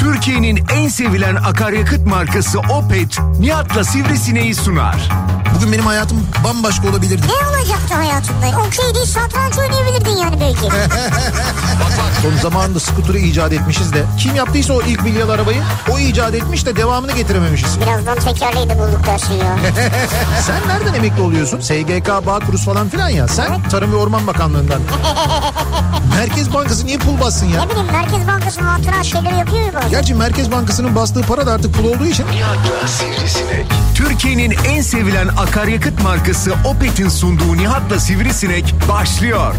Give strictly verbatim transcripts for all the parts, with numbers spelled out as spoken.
Türkiye'nin en sevilen akaryakıt markası Opet, Nihat'la Sivrisineği sunar. Bugün benim hayatım bambaşka olabilirdi. Ne olacaktı hayatında? Okey değil, satranç oynayabilirdin yani belki. Son zamanında skuturu icat etmişiz de. Kim yaptıysa o ilk milyalı arabayı o icat etmiş de devamını getirememişiz. Birazdan tekerleği de bulduk dersin ya. Sen nereden emekli oluyorsun? S G K, Bağkuruz falan filan ya. Sen evet. Tarım ve Orman Bakanlığı'ndan. Merkez Bankası niye pul bassın ya? Ne bileyim, Merkez Bankası'nın hatıra şeyleri yapıyor ya bazen. Gerçi Merkez Bankası'nın bastığı para da artık pul olduğu için. Nihat'la Sivrisinek. Türkiye'nin en sevilen akaryakıt markası Opet'in sunduğu Nihat'la Sivrisinek başlıyor.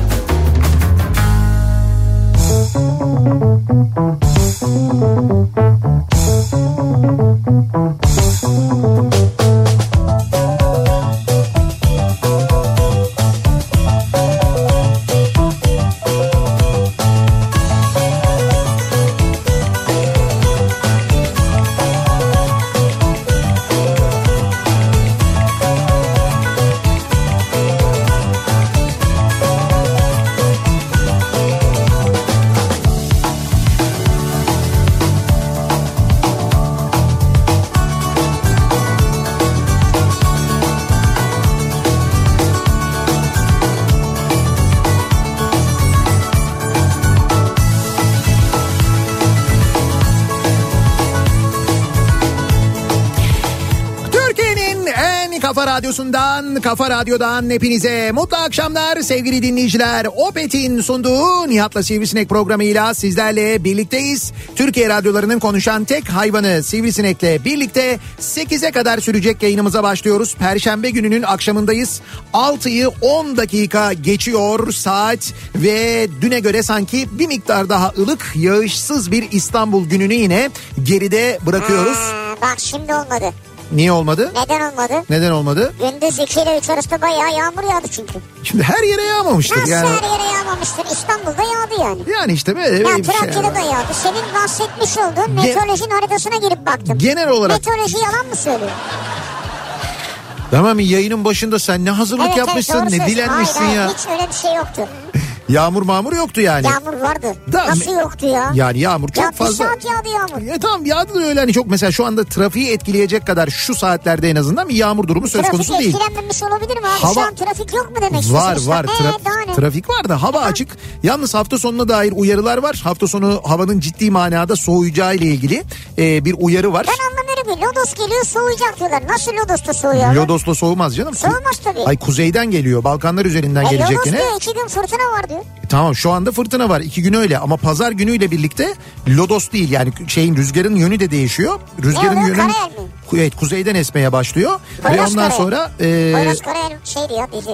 Kafa Radyosu'ndan, Kafa Radyo'dan hepinize mutlu akşamlar sevgili dinleyiciler. Opet'in sunduğu Nihat'la Sivrisinek programıyla sizlerle birlikteyiz. Türkiye radyolarının konuşan tek hayvanı Sivrisinek'le birlikte sekize kadar sürecek yayınımıza başlıyoruz. Perşembe gününün akşamındayız. altıyı on dakika geçiyor saat ve düne göre sanki bir miktar daha ılık, yağışsız bir İstanbul gününü yine geride bırakıyoruz. Ha, bak şimdi olmadı. Niye olmadı? Neden olmadı? Neden olmadı? Gündüz iki ile üç arasında bayağı yağmur yağdı çünkü. Şimdi her yere yağmamıştır. Nasıl yani... her yere yağmamıştır? İstanbul'da yağdı yani. Yani işte böyle, ya, böyle bir şey. Ya Trakya'da da yağdı. Senin bahsetmiş olduğun Ge- meteorolojinin haritasına girip baktım. Genel olarak. Meteoroloji yalan mı söylüyor? Tamam, yayının başında sen ne hazırlık evet, yapmışsın, evet, ne dilenmişsin hayır, ya. Hayır, hiç öyle bir şey yoktu. Yağmur mağmur yoktu yani. Yağmur vardı. Da, Nasıl yoktu ya? Yani yağmur çok ya fazla. Ya bir saat yağdı yağmur. Ya tamam, yağdı da öyle hani çok, mesela şu anda trafiği etkileyecek kadar şu saatlerde en azından bir yağmur durumu söz trafik konusu değil. Trafik etkilenmemiş olabilir mi abi? Hava... Şu an trafik yok mu demek Var istiyorsun? var Ee, Tra- trafik var da hava açık. Yalnız hafta sonuna dair uyarılar var. Hafta sonu havanın ciddi manada soğuyacağı ile ilgili e, bir uyarı var. Ben anlamıyorum ki, lodos geliyor soğuyacak diyorlar. Nasıl lodosla soğuyor? Lodosla soğumaz canım. Soğumaz tabii. Ay, kuzeyden geliyor, Balkanlar üzerinden e, gelecek lodos yine. diyor, iki gün fırtına var diyor. E, tamam, şu anda fırtına var, iki gün öyle, ama pazar günüyle birlikte lodos değil yani, şeyin, rüzgarın yönü de değişiyor. Rüzgarın yönü evet, kuzeyden esmeye başlıyor. Poyraz ve ondan Karayel. sonra e... Poyraz Karayel şeydi ya, dizi.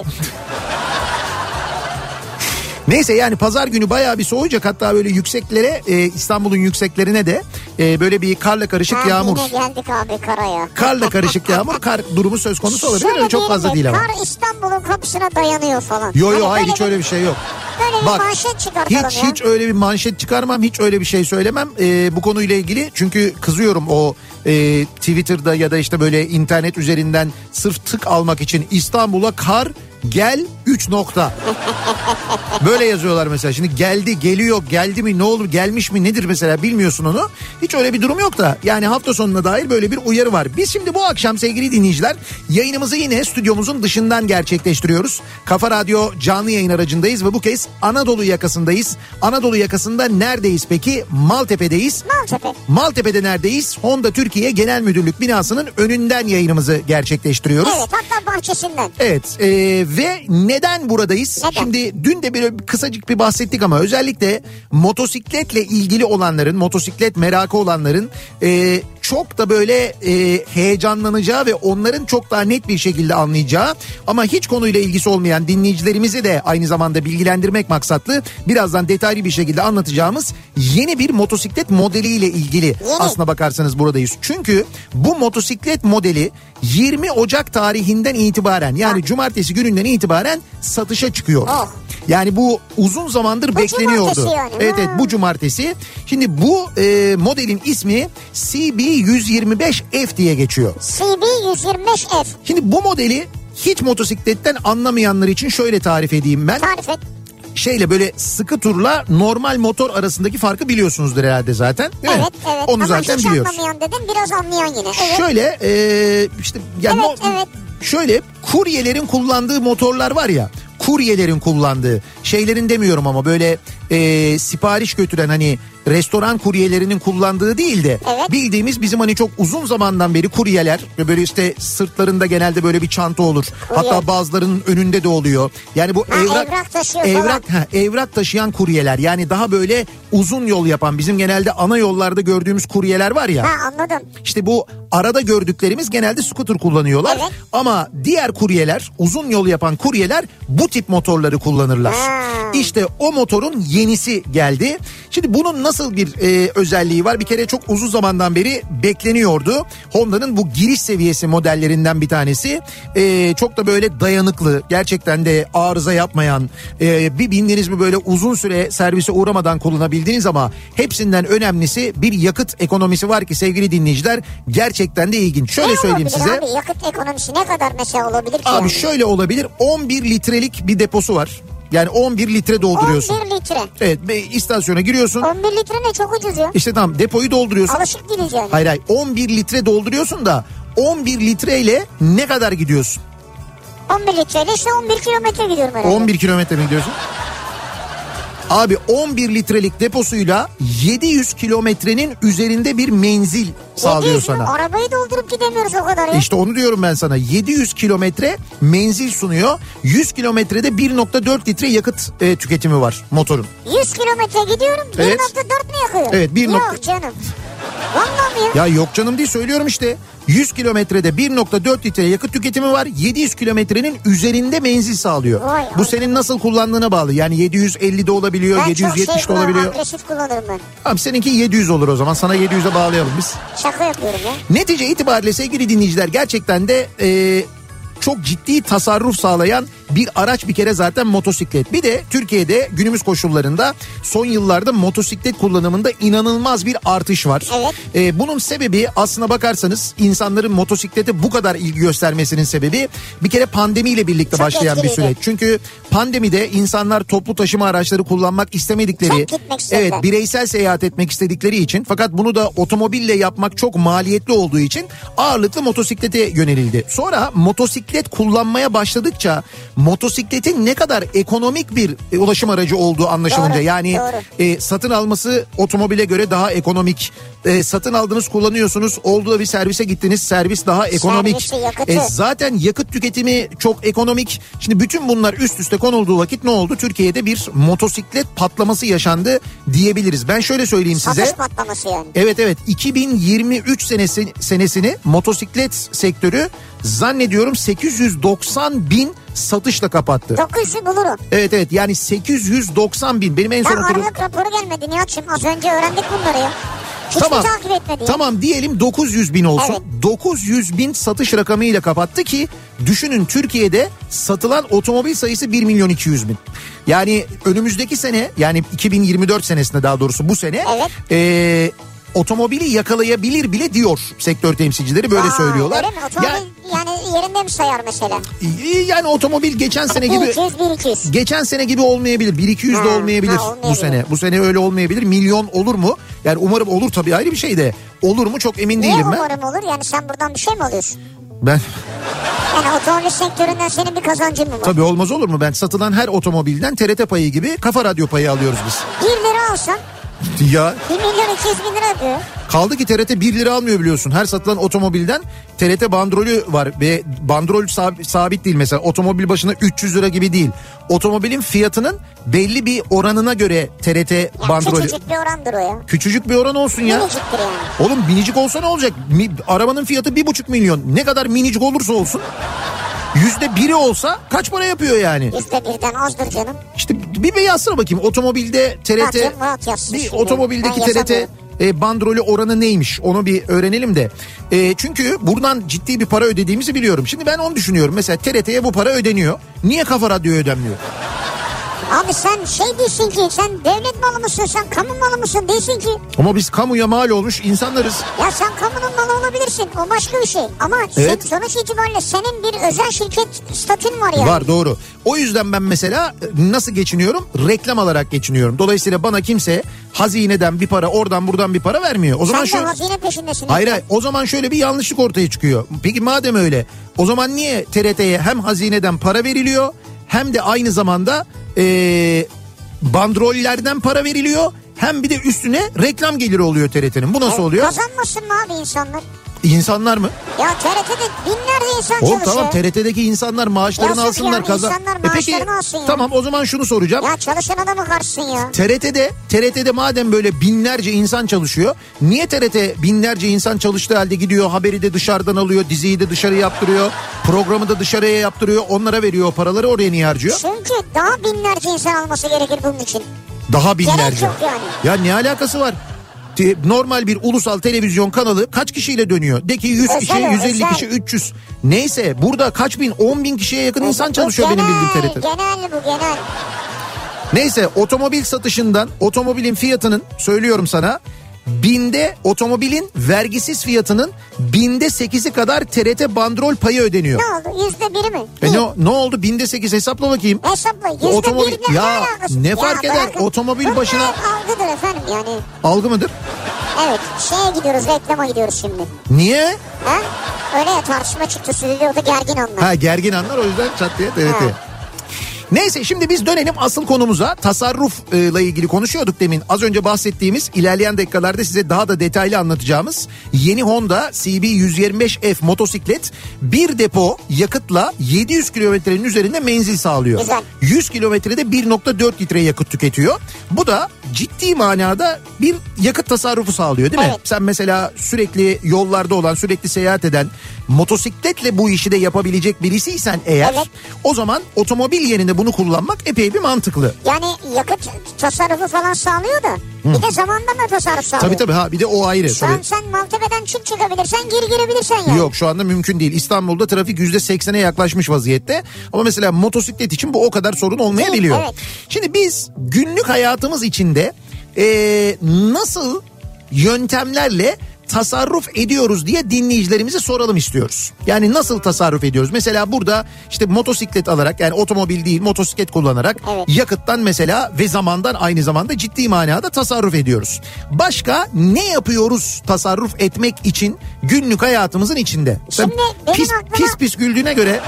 Neyse, yani pazar günü bayağı bir soğuyacak, hatta böyle yükseklere, e, İstanbul'un yükseklerine de e, böyle bir karla karışık ha, yağmur. Yine geldik abi karaya. Karla karışık yağmur, kar durumu söz konusu olabilir. Şöyle çok fazla de, değil ama. Kar İstanbul'un kapısına dayanıyor falan. Yo yo hani hayır, hiç bir, öyle bir şey yok. Böyle bir Bak, manşet çıkartalım hiç, ya. Hiç öyle bir manşet çıkarmam, hiç öyle bir şey söylemem e, bu konuyla ilgili. Çünkü kızıyorum o e, Twitter'da ya da işte böyle internet üzerinden sırf tık almak için İstanbul'a kar gel üç nokta. Böyle yazıyorlar mesela. Şimdi geldi, geliyor, geldi mi, ne olur, gelmiş mi, nedir mesela, bilmiyorsun onu. Hiç öyle bir durum yok da yani hafta sonuna dair böyle bir uyarı var. Biz şimdi bu akşam sevgili dinleyiciler yayınımızı yine stüdyomuzun dışından gerçekleştiriyoruz. Kafa Radyo canlı yayın aracındayız ve bu kez Anadolu yakasındayız. Anadolu yakasında neredeyiz peki? Maltepe'deyiz. Maltepe. Maltepe'de neredeyiz? Honda Türkiye Genel Müdürlük binasının önünden yayınımızı gerçekleştiriyoruz. Evet, hatta bahçesinden. Evet e, ve neden buradayız? Neden? Şimdi dün de böyle kısacık bir bahsettik ama özellikle motosikletle ilgili olanların, motosiklet merakı olanların e, çok da böyle e, heyecanlanacağı ve onların çok daha net bir şekilde anlayacağı ama hiç konuyla ilgisi olmayan dinleyicilerimizi de aynı zamanda bilgilendirmek maksatlı birazdan detaylı bir şekilde anlatacağımız yeni bir motosiklet modeliyle ilgili yeni. aslına bakarsanız buradayız. Çünkü bu motosiklet modeli yirmi Ocak tarihinden itibaren, yani ha. cumartesi gününden itibaren satışa çıkıyor. Oh. Yani bu uzun zamandır bu bekleniyordu. Yani. Evet evet, bu cumartesi. Şimdi bu e, modelin ismi C B yüz yirmi beş F diye geçiyor. C B yüz yirmi beş F. Şimdi bu modeli hiç motosikletten anlamayanlar için şöyle tarif edeyim ben. Tarif et. şeyle böyle sıkı turla normal motor arasındaki farkı biliyorsunuzdur herhalde zaten. Değil evet mi? evet. Onu Ama zaten hiç biliyoruz. anlamayan dedim, biraz anlayan yine. Evet. Şöyle e, işte yani evet, no, evet. şöyle kuryelerin kullandığı motorlar var ya. Kuryelerin kullandığı şeylerin demiyorum ama böyle e, sipariş götüren hani restoran kuryelerinin kullandığı değil de evet. bildiğimiz bizim hani çok uzun zamandan beri kuryeler ve böyle işte sırtlarında genelde böyle bir çanta olur. Kurye. Hatta bazılarının önünde de oluyor. Yani bu ha, evrak evrak taşıyor evrak ha, evrak taşıyan kuryeler, yani daha böyle uzun yol yapan, bizim genelde ana yollarda gördüğümüz kuryeler var ya. Ha, anladım. İşte bu arada gördüklerimiz genelde scooter kullanıyorlar. Evet. Ama diğer kuryeler, uzun yol yapan kuryeler bu tip motorları kullanırlar. Ha. İşte o motorun yenisi geldi. Şimdi bunun nasıl bir e, özelliği var? Bir kere çok uzun zamandan beri bekleniyordu. Honda'nın bu giriş seviyesi modellerinden bir tanesi. E, çok da böyle dayanıklı, gerçekten de arıza yapmayan, e, bir bindiniz mi böyle uzun süre servise uğramadan kullanabildiğiniz, ama hepsinden önemlisi bir yakıt ekonomisi var ki sevgili dinleyiciler, gerçekten de ilginç. Şöyle ne söyleyeyim olabilir size. Abi, yakıt ekonomisi ne kadar mesela olabilir ki? Abi yani? Şöyle olabilir, on bir litrelik bir deposu var. Yani on bir litre dolduruyorsun. on bir litre. Evet, istasyona giriyorsun. on bir litre ne, çok ucuz ya. İşte tamam, depoyu dolduruyorsun. Alışık değiliz yani. Hayır hayır, on bir litre dolduruyorsun da on bir litreyle ne kadar gidiyorsun? on bir litreyle işte on bir kilometre gidiyorum herhalde. on bir kilometre mi gidiyorsun? Abi on bir litrelik deposuyla yedi yüz kilometrenin üzerinde bir menzil sağlıyor sana. Arabayı doldurup gidemiyoruz o kadar ya. İşte onu diyorum ben sana. yedi yüz kilometre menzil sunuyor. yüz kilometrede bir nokta dört litre yakıt e, tüketimi var motorun. yüz kilometre gidiyorum, Evet. bir nokta dört mi yakıyor? Evet, bir Yok nokta- canım. Vallahi mi ya? Ya yok canım değil, söylüyorum işte. yüz kilometrede bir nokta dört litre yakıt tüketimi var. yedi yüz kilometrenin üzerinde menzil sağlıyor. Vay Bu Allah. senin nasıl kullandığına bağlı. Yani yedi yüz elli de olabiliyor, Ben yedi yüz yetmiş çok de şey olabiliyor. agresif kullanırım ben. Abi seninki yedi yüz olur o zaman. Sana yedi yüze bağlayalım biz. Şaka yapıyorum ya. Netice itibariyle sevgili dinleyiciler, gerçekten de e, çok ciddi tasarruf sağlayan bir araç bir kere zaten motosiklet. Bir de Türkiye'de günümüz koşullarında son yıllarda motosiklet kullanımında inanılmaz bir artış var. Evet. Ee, bunun sebebi, aslına bakarsanız insanların motosiklete bu kadar ilgi göstermesinin sebebi bir kere pandemiyle birlikte Çok başlayan bir etkiliydi. süreç. Çünkü pandemide insanlar toplu taşıma araçları kullanmak istemedikleri, Çok gitmek istediler. evet, bireysel seyahat etmek istedikleri için, fakat bunu da otomobille yapmak çok maliyetli olduğu için ağırlıklı motosiklete yönelildi. Sonra motosiklet kullanmaya başladıkça motosikletin ne kadar ekonomik bir e, ulaşım aracı olduğu anlaşılınca, Doğru, yani doğru. e, satın alması otomobile göre daha ekonomik, e, satın aldınız, kullanıyorsunuz, oldu da bir servise gittiniz, servis daha ekonomik, Servisi, yakıtı. E, zaten yakıt tüketimi çok ekonomik. Şimdi bütün bunlar üst üste konulduğu vakit ne oldu? Türkiye'de bir motosiklet patlaması yaşandı diyebiliriz. Ben şöyle söyleyeyim size. Satış patlaması yani. Evet evet, iki bin yirmi üç senesi, senesini motosiklet sektörü zannediyorum sekiz yüz doksan bin satışla kapattı. dokuz yüzü bulurum. Evet evet, yani sekiz yüz doksan bin. Benim en son Ya okuduğum... aralık raporu gelmedi Nihat'cığım, az önce öğrendik bunları ya. Hiç Tamam. mi takip etmedi ya? Tamam, diyelim dokuz yüz bin olsun. Evet. dokuz yüz bin satış rakamıyla kapattı ki düşünün, Türkiye'de satılan otomobil sayısı bir milyon iki yüz bin. Yani önümüzdeki sene, yani iki bin yirmi dört senesinde, daha doğrusu bu sene Evet. ee, otomobili yakalayabilir bile diyor sektör temsilcileri, böyle Aa, söylüyorlar. Öyle mi? Otomobil Ya- yani yerinde mi sayar mesela? Yani otomobil geçen sene gibi bir iki yüz, bir iki yüz. geçen sene gibi olmayabilir. bir iki yüz de Ha, olmayabilir ha, olmayabilir. bu sene. Bu sene öyle olmayabilir. Milyon olur mu? Yani umarım olur, tabii ayrı bir şey de. Olur mu çok emin Niye değilim ben. umarım olur? Yani sen buradan bir şey mi alıyorsun? Ben Yani otomobil sektöründen senin bir kazancın mı var? tabii, olmaz olur mu? Ben satılan her otomobilden T R T payı gibi Kafa Radyo payı alıyoruz biz. bir lira alsan Ya bir milyon iki yüz bin lira yapıyor. kaldı ki T R T bir lira almıyor biliyorsun. Her satılan otomobilden T R T bandrolü var ve bandrol sab- sabit değil mesela. Otomobil başına üç yüz lira gibi değil. Otomobilin fiyatının belli bir oranına göre T R T Ya bandrolü. küçücük bir orandır o ya. Küçücük bir oran olsun ya. Miniciktir yani. Oğlum minicik olsa ne olacak? Mi, arabanın fiyatı bir buçuk milyon. Ne kadar minicik olursa olsun. Yüzde biri olsa kaç para yapıyor yani? Yüzde birden azdır canım. İşte bir bir yazsana bakayım. Otomobilde T R T... Bakayım, rahat yazsın Bir şimdi. otomobildeki Ben T R T yazamıyorum. e, bandrolü oranı neymiş? Onu bir öğrenelim de. E, çünkü buradan ciddi bir para ödediğimizi biliyorum. Şimdi ben onu düşünüyorum. Mesela T R T'ye bu para ödeniyor. Niye Kafa Radyo'ya ödenmiyor? Abi sen şey değilsin ki, sen devlet malı mısın, sen kamu malı mısın değilsin ki. Ama biz kamuya mal olmuş insanlarız. Ya sen kamunun malı olabilirsin, o başka bir şey. Ama Evet. sen, sonuç itibariyle senin bir özel şirket statün var yani. Var, doğru. O yüzden ben mesela nasıl geçiniyorum? Reklam alarak geçiniyorum. Dolayısıyla bana kimse hazineden bir para, oradan buradan bir para vermiyor. O zaman Sen de şu... hazine peşindesin. Hayır hayır, o zaman şöyle bir yanlışlık ortaya çıkıyor. Peki madem öyle, o zaman niye T R T'ye hem hazineden para veriliyor hem de aynı zamanda ee, bandrollerden para veriliyor, hem bir de üstüne reklam geliri oluyor T R T'nin? Bu nasıl oluyor? Kazanmasın mı abi insanlar? İnsanlar mı? Ya T R T'de binlerce insan Oğlum çalışıyor. tamam, T R T'deki insanlar maaşlarını Yazık alsınlar. yani, Kazan... insanlar E peki, maaşlarını alsın ya. tamam, o zaman şunu soracağım. Ya çalışan adamı karşısın ya. T R T'de T R T'de madem böyle binlerce insan çalışıyor, niye T R T binlerce insan çalıştığı halde gidiyor haberi de dışarıdan alıyor, diziyi de dışarı yaptırıyor, programı da dışarıya yaptırıyor, onlara veriyor o paraları, oraya niye harcıyor? Çünkü daha binlerce insan alması gerekir bunun için. Daha binlerce. Gerek yok yani. Ya ne alakası var? Normal bir ulusal televizyon kanalı kaç kişiyle dönüyor? De ki yüz Özel, kişi, yüz elli özel. kişi, üç yüz. Neyse, burada kaç bin, on bin kişiye yakın insan Bu çalışıyor genel, benim bildiğim T R T'de. Genel bu genel. Neyse, otomobil satışından, otomobilin fiyatının, söylüyorum sana, binde, otomobilin vergisiz fiyatının binde sekizi kadar T R T bandrol payı ödeniyor. Ne oldu? Yüzde biri mi? E Bir. ne, ne oldu? Binde sekiz, hesapla bakayım. Hesapla. Yüzde Otomobil- birle ne ya alakası? ne fark eder? bırakın. Otomobil Bunlar başına- algıdır efendim yani. Algı mıdır? Evet, şeye gidiyoruz, reklama gidiyoruz şimdi. Niye? Ha? Öyle ya, tartışma çıktı stüdyoda, gergin anlar. Ha, gergin anlar, o yüzden çat diye T R T. Ha. Neyse, şimdi biz dönelim asıl konumuza. Tasarrufla ilgili konuşuyorduk demin. Az önce bahsettiğimiz, ilerleyen dakikalarda size daha da detaylı anlatacağımız yeni Honda C B yüz yirmi beş F motosiklet bir depo yakıtla yedi yüz kilometrenin üzerinde menzil sağlıyor. Güzel. yüz kilometrede bir nokta dört litre yakıt tüketiyor. Bu da ciddi manada bir yakıt tasarrufu sağlıyor, değil mi? Evet. Sen mesela sürekli yollarda olan, sürekli seyahat eden, motosikletle bu işi de yapabilecek birisiysen eğer, Evet. o zaman otomobil yerine bunu kullanmak epey bir mantıklı. Yani yakıt tasarrufu falan sağlıyor da bir de zamandan da tasarruf sağlıyor. Tabii tabii, ha bir de o ayrı. Şu an Tabii. sen Maltepe'den çık çıkabilirsen, geri girebilirsen yani. Yok, şu anda mümkün değil. İstanbul'da trafik yüzde seksene yaklaşmış vaziyette. Ama mesela motosiklet için bu o kadar sorun olmayabiliyor. Evet. Şimdi biz günlük hayatımız içinde ee, nasıl yöntemlerle tasarruf ediyoruz diye dinleyicilerimize soralım istiyoruz. Yani nasıl tasarruf ediyoruz? Mesela burada işte motosiklet alarak, yani otomobil değil motosiklet kullanarak, Evet. yakıttan mesela ve zamandan aynı zamanda ciddi manada tasarruf ediyoruz. Başka ne yapıyoruz tasarruf etmek için günlük hayatımızın içinde? Sen Şimdi benim pis, aklıma- pis pis güldüğüne göre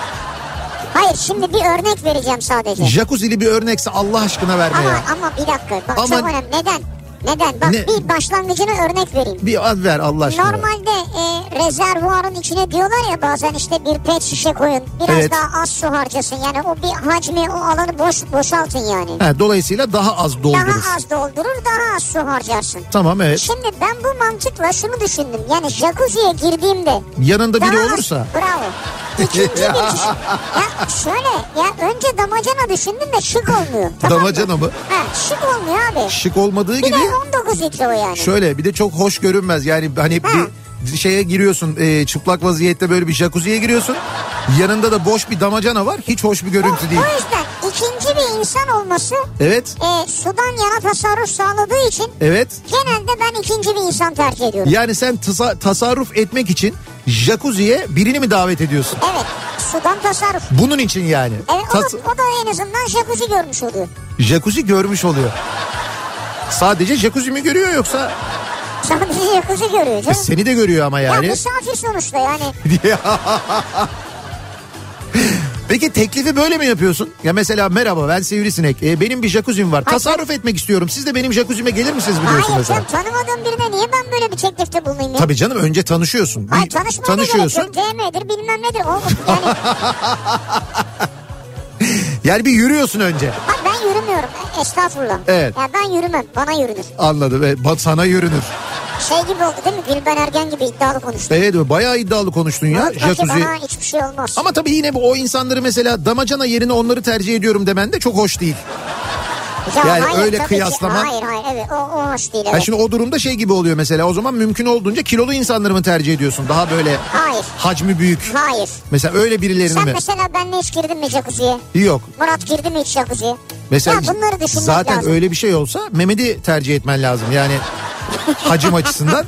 Hayır, şimdi bir örnek vereceğim sadece. jacuzzi'li bir örnekse Allah aşkına verme Ama, ya. ama bir dakika, bak Ama- çok önemli. Neden? Neden? Bak Ne? bir başlangıcını örnek vereyim. Bir ad ver Allah aşkına. Normalde e, rezervuarın içine diyorlar ya bazen, işte bir pet şişe koyun. Biraz Evet. daha az su harcasın. Yani o bir hacmi, o alanı boş boşaltın yani. Ha, dolayısıyla daha az doldurur. Daha az doldurur, daha az su harcarsın. Tamam, evet. Şimdi ben bu mantıkla şunu düşündüm. Yani jacuzziye girdiğimde Yanında biri daha az- olursa. Bravo. İkinci bir kişi. Ya şöyle, ya önce damacana düşündüm de şık olmuyor. Tamam mı? Damacana mı? Ha, şık olmuyor abi. Şık olmadığı Bir gibi de on dokuz litre o yani. şöyle, bir de çok hoş görünmez. Yani hani Ha. bir şeye giriyorsun, e, çıplak vaziyette böyle bir jacuzziye giriyorsun. Yanında da boş bir damacana var. Hiç hoş bir O, görüntü değil. o yüzden ikinci bir insan olması Evet. e, sudan yana tasarruf sağladığı için Evet. genelde ben ikinci bir insan tercih ediyorum. Yani sen tasa- tasarruf etmek için jacuzziye birini mi davet ediyorsun? Evet, sudan tasarruf. Bunun için yani. Evet, o, Tas- da, o da en azından jacuzzi görmüş oluyor. jacuzzi görmüş oluyor. Sadece jacuzzi mi görüyor yoksa Sadece jacuzzi görüyor e, canım. seni de görüyor ama Ya yani. misafir sonuçta yani. Peki teklifi böyle mi yapıyorsun? Ya mesela merhaba, ben Sivrisinek. E, benim bir jacuzzi'm var. Hayır. Tasarruf etmek istiyorum. Siz de benim jacuzzi'me gelir misiniz biliyorsun Hayır mesela? canım, tanımadığım birine niye ben böyle bir teklifte bulunayım ya? Tabii canım, önce tanışıyorsun. Hayır, Bir tanışmaya tanışıyorsun. da gerek yok. D M'dir bilmem nedir. O, yani, Yani bir yürüyorsun önce. ha, ben yürümüyorum. Estağfurullah. Evet. Ya ben yürümem. Bana yürünür. Anladım. Evet, ba- sana yürünür. Şey gibi oldu değil mi? Gülben Ergen gibi iddialı konuştu. Evet, bayağı iddialı konuştun ya. Unutma ki Jacuzzi. bana hiçbir şey olmaz. Ama tabii yine bu o insanları mesela damacana yerine onları tercih ediyorum demen de çok hoş değil. Ya yani hayır, öyle tabii ki. kıyaslama- Hayır hayır evet, o, o hoş değil. Ha, Evet. şimdi o durumda şey gibi oluyor mesela, o zaman mümkün olduğunca kilolu insanları mı tercih ediyorsun? Daha böyle Hayır. hacmi büyük. Hayır. Mesela öyle birilerini Sen mi? mesela benle hiç girdin mi jacuzziye? Yok. Murat girdi mi hiç jacuzziye? Mesela ya bunları düşünmek zaten lazım. Öyle bir şey olsa Mehmet'i tercih etmen lazım. Yani hacim açısından.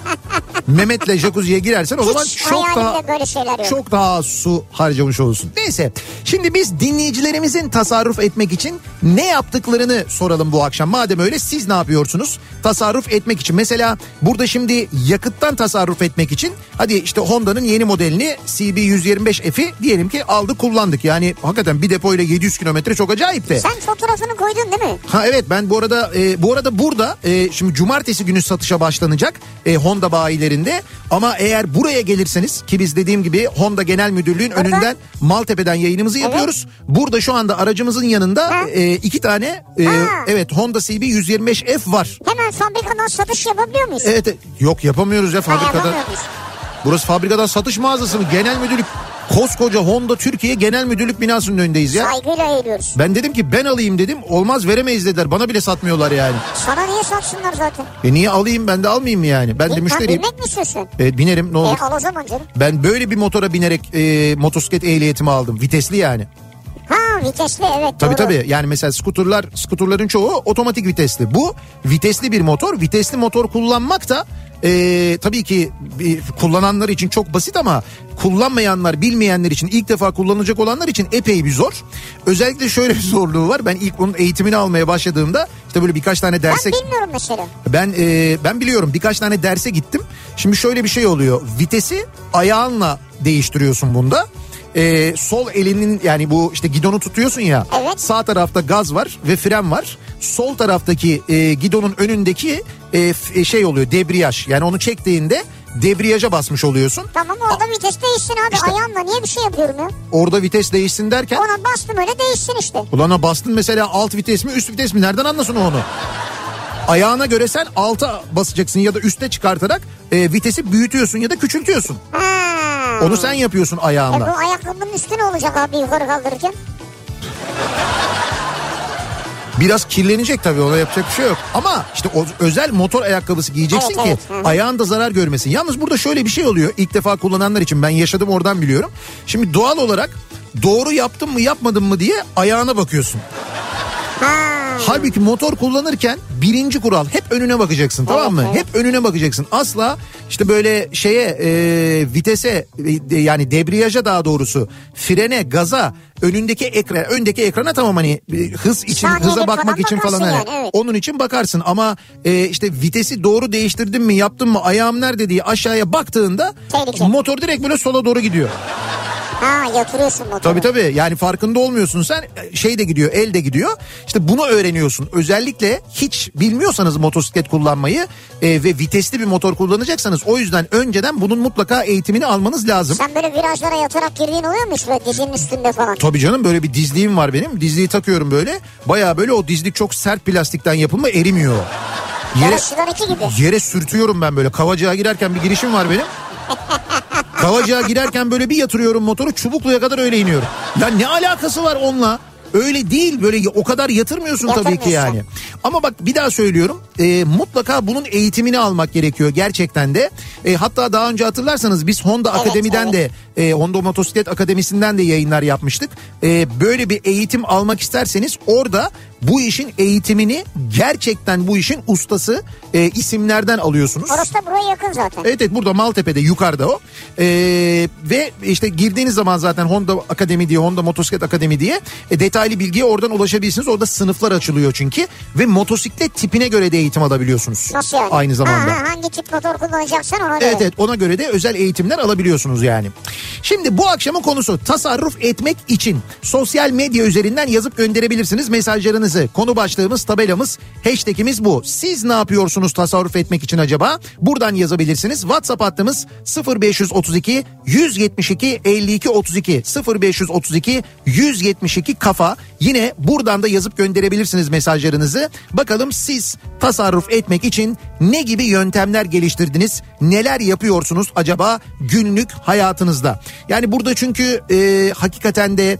Mehmet'le jacuzziye girersen o zaman Hiç çok daha böyle şeyler yok. çok daha az su harcamış olursun. Neyse, şimdi biz dinleyicilerimizin tasarruf etmek için ne yaptıklarını soralım bu akşam. Madem öyle, siz ne yapıyorsunuz tasarruf etmek için? Mesela burada şimdi yakıttan tasarruf etmek için hadi işte Honda'nın yeni modelini C B yüz yirmi beş F'i diyelim ki aldık, kullandık. Yani hakikaten bir depoyla yedi yüz kilometre çok acayip de. Sen fotoğrafını koydun değil mi? Ha evet, ben bu arada e, bu arada burada e, şimdi cumartesi günü satışa başlanacak e, Honda bayilerinde, ama eğer buraya gelirseniz ki biz dediğim gibi Honda Genel Müdürlüğü'nün Burada. önünden Maltepe'den yayınımızı yapıyoruz. Evet. Burada şu anda aracımızın yanında e, iki tane e, evet Honda C B yüz yirmi beş F var. Hemen fabrikadan satış yapabiliyor muyuz? Evet, yok yapamıyoruz ya fabrikadan. Ha, burası fabrikadan satış mağazası mı? Genel Müdürlük. Koskoca Honda Türkiye Genel Müdürlük binasının önündeyiz ya. Saygıyla eğiliyoruz. Ben dedim ki ben alayım dedim. Olmaz, veremeyiz dediler. Bana bile satmıyorlar yani. Sana niye satsınlar zaten? E niye alayım, ben de almayayım mı yani? Ben de müşteriyim. Binmek mi istiyorsun? Evet, binerim ne olur. E al o zaman canım. Ben böyle bir motora binerek e, motosiklet ehliyetimi aldım. Vitesli yani. Ha vitesli, evet Tabii doğru. tabii, yani mesela skuterlar, skuterların çoğu otomatik vitesli. Bu vitesli bir motor. Vitesli motor kullanmak da e, tabii ki e, kullananlar için çok basit, ama kullanmayanlar, bilmeyenler için, ilk defa kullanacak olanlar için epey bir zor. Özellikle şöyle bir zorluğu var. Ben ilk bunun eğitimini almaya başladığımda işte böyle birkaç tane derse... Ben bilmiyorum mesela. Ben e, ben biliyorum, birkaç tane derse gittim. Şimdi şöyle bir şey oluyor. Vitesi ayağınla değiştiriyorsun bunda. Ee, sol elinin, yani bu işte gidonu tutuyorsun ya, evet. Sağ tarafta gaz var ve fren var. Sol taraftaki e, gidonun önündeki e, f, şey oluyor, debriyaj. Yani onu çektiğinde debriyaja basmış oluyorsun. Tamam, orada A- vites değişsin abi, işte, ayağımla niye bir şey yapıyorum ya? Orada vites değişsin derken? Ona bastım öyle değişsin işte. Ulan bastın mesela, alt vites mi üst vites mi, nereden anlasın onu? Ayağına göre sen alta basacaksın ya da üste çıkartarak e, vitesi büyütüyorsun ya da küçültüyorsun. Ha. Onu sen yapıyorsun ayağınla. E bu ayakkabının üstü ne olacak abi yukarı kaldırırken? Biraz kirlenecek tabii, ona yapacak bir şey yok. Ama işte o özel motor ayakkabısı giyeceksin evet, ki evet. Ayağın da zarar görmesin. Yalnız burada şöyle bir şey oluyor ilk defa kullananlar için, ben yaşadım, oradan biliyorum. Şimdi doğal olarak doğru yaptım mı yapmadım mı diye ayağına bakıyorsun. Ha. Halbuki motor kullanırken birinci kural hep önüne bakacaksın, evet, tamam mı? Evet. Hep önüne bakacaksın. Asla işte böyle şeye e, vitese e, yani debriyaja, daha doğrusu frene, gaza, önündeki ekran, öndeki ekrana tamam hani e, hız için, saniyelik hıza bakmak için falan yani, yani evet. Onun için bakarsın, ama e, işte vitesi doğru değiştirdim mi, yaptım mı, ayağım nerede diye aşağıya baktığında tehlike. Motor direkt böyle sola doğru gidiyor. Ha, yatırıyorsun motoru. Tabii tabii, yani farkında olmuyorsun sen, şey de gidiyor, el de gidiyor. İşte bunu öğreniyorsun. Özellikle hiç bilmiyorsanız motosiklet kullanmayı e, ve vitesli bir motor kullanacaksanız, o yüzden önceden bunun mutlaka eğitimini almanız lazım. Sen böyle virajlara yatarak girdiğin oluyor mu hiç böyle dizinin üstünde falan? Tabii canım, böyle bir dizliğim var benim. Dizliği takıyorum böyle. Baya böyle, o dizlik çok sert plastikten yapılma, erimiyor. Yere, gibi. Yere sürtüyorum ben böyle. Kavacığa girerken bir girişim var benim. Kavacığa girerken böyle bir yatırıyorum motoru, Çubuklu'ya kadar öyle iniyorum. Ya ne alakası var onunla? Öyle değil, böyle o kadar yatırmıyorsun tabii ki yani. Ama bak bir daha söylüyorum, e, mutlaka bunun eğitimini almak gerekiyor gerçekten de. E, hatta daha önce hatırlarsanız biz Honda evet, Akademi'den evet. de e, Honda Motosiklet Akademisi'nden de yayınlar yapmıştık. E, böyle bir eğitim almak isterseniz orada bu işin eğitimini, gerçekten bu işin ustası e, isimlerden alıyorsunuz. Orası da buraya yakın zaten. Evet evet, burada Maltepe'de, yukarıda o. E, ve işte girdiğiniz zaman zaten Honda Akademi diye, Honda Motosiklet Akademi diye e, detaylı bilgiye oradan ulaşabilirsiniz. Orada sınıflar açılıyor çünkü ve motosiklet tipine göre de eğitim alabiliyorsunuz. Nasıl yani? Aynı zamanda. Ha, ha, hangi tip motor kullanacaksan ona göre. Evet evet, ona göre de özel eğitimler alabiliyorsunuz yani. Şimdi bu akşamın konusu tasarruf etmek için sosyal medya üzerinden yazıp gönderebilirsiniz mesajlarınızı. Konu başlığımız, tabelamız, hashtagimiz bu. Siz ne yapıyorsunuz tasarruf etmek için acaba? Buradan yazabilirsiniz. WhatsApp hattımız sıfır beş otuz iki yüz yetmiş iki elli iki otuz iki sıfır beş otuz iki yüz yetmiş iki kafa. Yine buradan da yazıp gönderebilirsiniz mesajlarınızı. Bakalım siz tasarruf etmek için ne gibi yöntemler geliştirdiniz? Neler yapıyorsunuz acaba günlük hayatınızda? Yani burada çünkü e, hakikaten de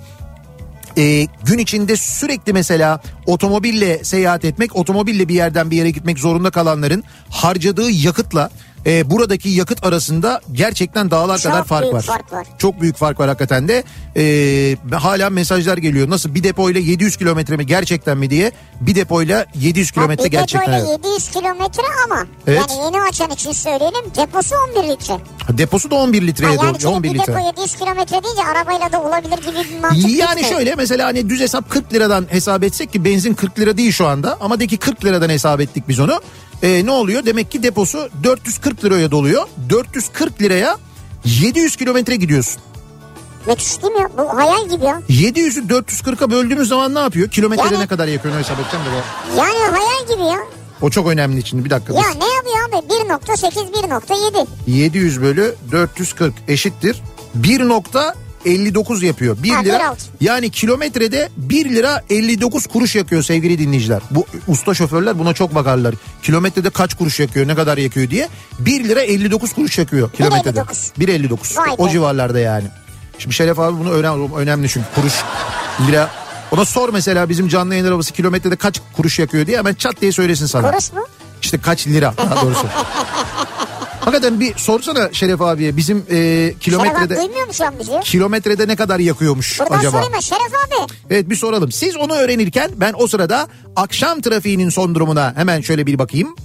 E, gün içinde sürekli mesela otomobille seyahat etmek, otomobille bir yerden bir yere gitmek zorunda kalanların harcadığı yakıtla e, buradaki yakıt arasında gerçekten dağlar Çok kadar fark büyük var. fark var. Çok büyük fark var hakikaten de. E, hala mesajlar geliyor. Nasıl bir depoyla yedi yüz kilometre mi gerçekten mi diye. Bir depoyla yedi yüz kilometre gerçekten. Bir depoyla yedi yüz kilometre ama evet. Yani yeni açan için söyleyelim, deposu on bir litre. Deposu da on bir litreye ha, yani doğru. on bir bir litre. depo yedi yüz kilometre deyince arabayla da olabilir gibi bir mantık. Yani değil şöyle mesela hani düz hesap kırk liradan hesap etsek ki benzin kırk lira değil şu anda. Ama de ki kırk liradan hesap ettik biz onu. Ee, ne oluyor? Demek ki deposu dört yüz kırk liraya doluyor. dört yüz kırk liraya yedi yüz kilometre gidiyorsun. Müthiş değil mi ya? Bu hayal gibi ya. yedi yüzü dört yüz kırka böldüğümüz zaman ne yapıyor? Kilometrede yani, ne kadar yakıyor hesap edeceğim de bu. Yani hayal gibi ya. O çok önemli şimdi bir dakika. Ya dur. Ne yapıyor abi? bir nokta sekiz bir nokta yedi. yedi yüz bölü dört yüz kırk eşittir. bir nokta elli dokuz yapıyor. bir lira. Yani kilometrede bir lira elli dokuz kuruş yakıyor sevgili dinleyiciler. Bu usta şoförler buna çok bakarlar. Kilometrede kaç kuruş yakıyor, ne kadar yakıyor diye. bir lira elli dokuz kuruş yakıyor kilometrede. bir elli dokuz. O civarlarda yani. Şimdi Şeref abi bunu önemli, önemli çünkü kuruş, lira. Ona sor mesela bizim canlı yayın arabası kilometrede kaç kuruş yakıyor diye hemen çat diye söylesin sana. Kuruş mu? İşte kaç lira daha doğrusu. Hakikaten bir sorsana Şeref abiye bizim e, kilometrede... Şeref abi duymuyor mu şu an bizi? Kilometrede ne kadar yakıyormuş Buradan acaba? Buradan sorayım Şeref abi. Evet bir soralım. Siz onu öğrenirken ben o sırada akşam trafiğinin son durumuna hemen şöyle bir bakayım.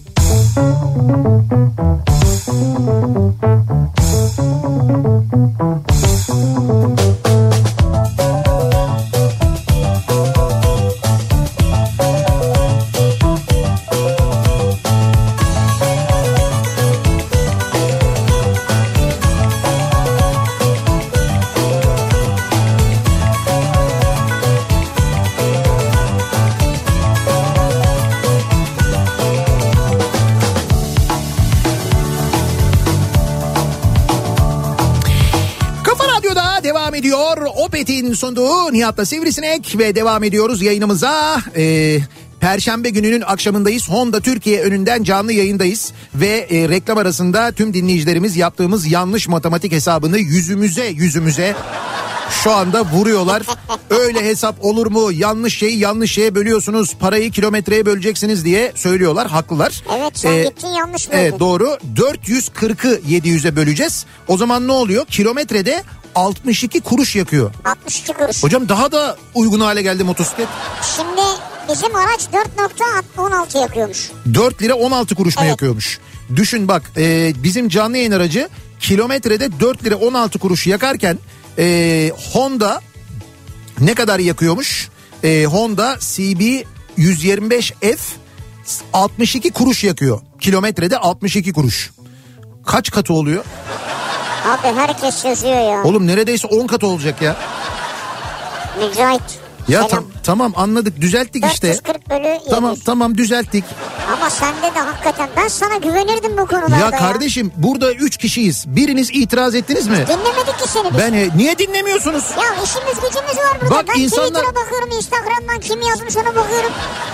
Opet'in sunduğu Nihat'la Sivrisinek ve devam ediyoruz yayınımıza. Ee, Perşembe gününün akşamındayız. Honda Türkiye önünden canlı yayındayız. Ve e, reklam arasında tüm dinleyicilerimiz yaptığımız yanlış matematik hesabını yüzümüze yüzümüze şu anda vuruyorlar. Öyle hesap olur mu? Yanlış şeyi yanlış şeye bölüyorsunuz. Parayı kilometreye böleceksiniz diye söylüyorlar. Haklılar. Evet sen ee, gittin yanlış böldün. Evet doğru. dört yüz kırkı yedi yüze böleceğiz. O zaman ne oluyor? Kilometrede altmış iki kuruş yakıyor. altmış iki kuruş. Hocam daha da uygun hale geldi motosiklet. Şimdi bizim araç dört nokta on altı yakıyormuş. dört lira on altı kuruş mu evet. yakıyormuş? Düşün bak e, bizim canlı yayın aracı kilometrede dört lira on altı kuruş yakarken e, Honda ne kadar yakıyormuş? E, Honda C B yüz yirmi beş F altmış iki kuruş yakıyor. Kilometrede altmış iki kuruş. Kaç katı oluyor? Abi herkes yazıyor ya. Oğlum neredeyse on katı olacak ya. Mücahit. Ya tam, tamam anladık düzelttik işte. dört yüz kırk bölü yedi yüz. Tamam tamam düzelttik. Ama sende de hakikaten ben sana güvenirdim bu konularda ya. Ya kardeşim burada üç kişiyiz. Biriniz itiraz ettiniz mi? Dinlemedik ki seni biz. Ben he, niye dinlemiyorsunuz? Ya işimiz gücümüz var burada. Bak, ben insanlar... Twitter'a bakıyorum, Instagram'dan kim yazmış ona bakıyorum.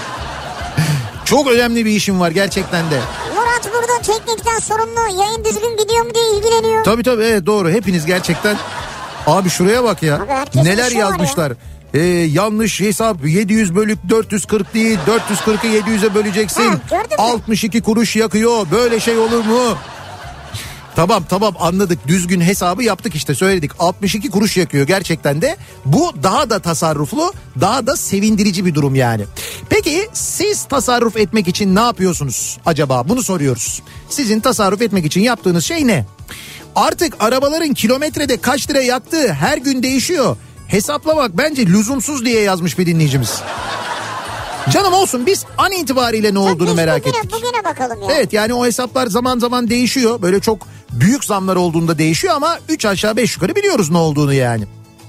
Çok önemli bir işim var gerçekten de. Murat burada teknikten sorumlu, yayın düzgün gidiyor mu diye ilgileniyor. Tabii tabii evet doğru hepiniz gerçekten. Abi şuraya bak ya. Abi neler yazmışlar. Ya. Ee, yanlış hesap yedi yüz bölük dört yüz kırk değil dört yüz kırkı yedi yüze böleceksin. Ha, altmış iki kuruş yakıyor böyle şey olur mu? Tamam tamam anladık düzgün hesabı yaptık işte söyledik altmış iki kuruş yakıyor gerçekten de bu daha da tasarruflu daha da sevindirici bir durum yani. Peki siz tasarruf etmek için ne yapıyorsunuz acaba bunu soruyoruz. Sizin tasarruf etmek için yaptığınız şey ne? Artık arabaların kilometrede kaç lira yaktığı her gün değişiyor. Hesaplamak bence lüzumsuz diye yazmış bir dinleyicimiz. Canım olsun biz an itibariyle ne olduğunu biz merak bugüne, ettik. Bugüne bakalım ya. Evet yani o hesaplar zaman zaman değişiyor. Böyle çok büyük zamlar olduğunda değişiyor ama üç aşağı beş yukarı biliyoruz ne olduğunu yani.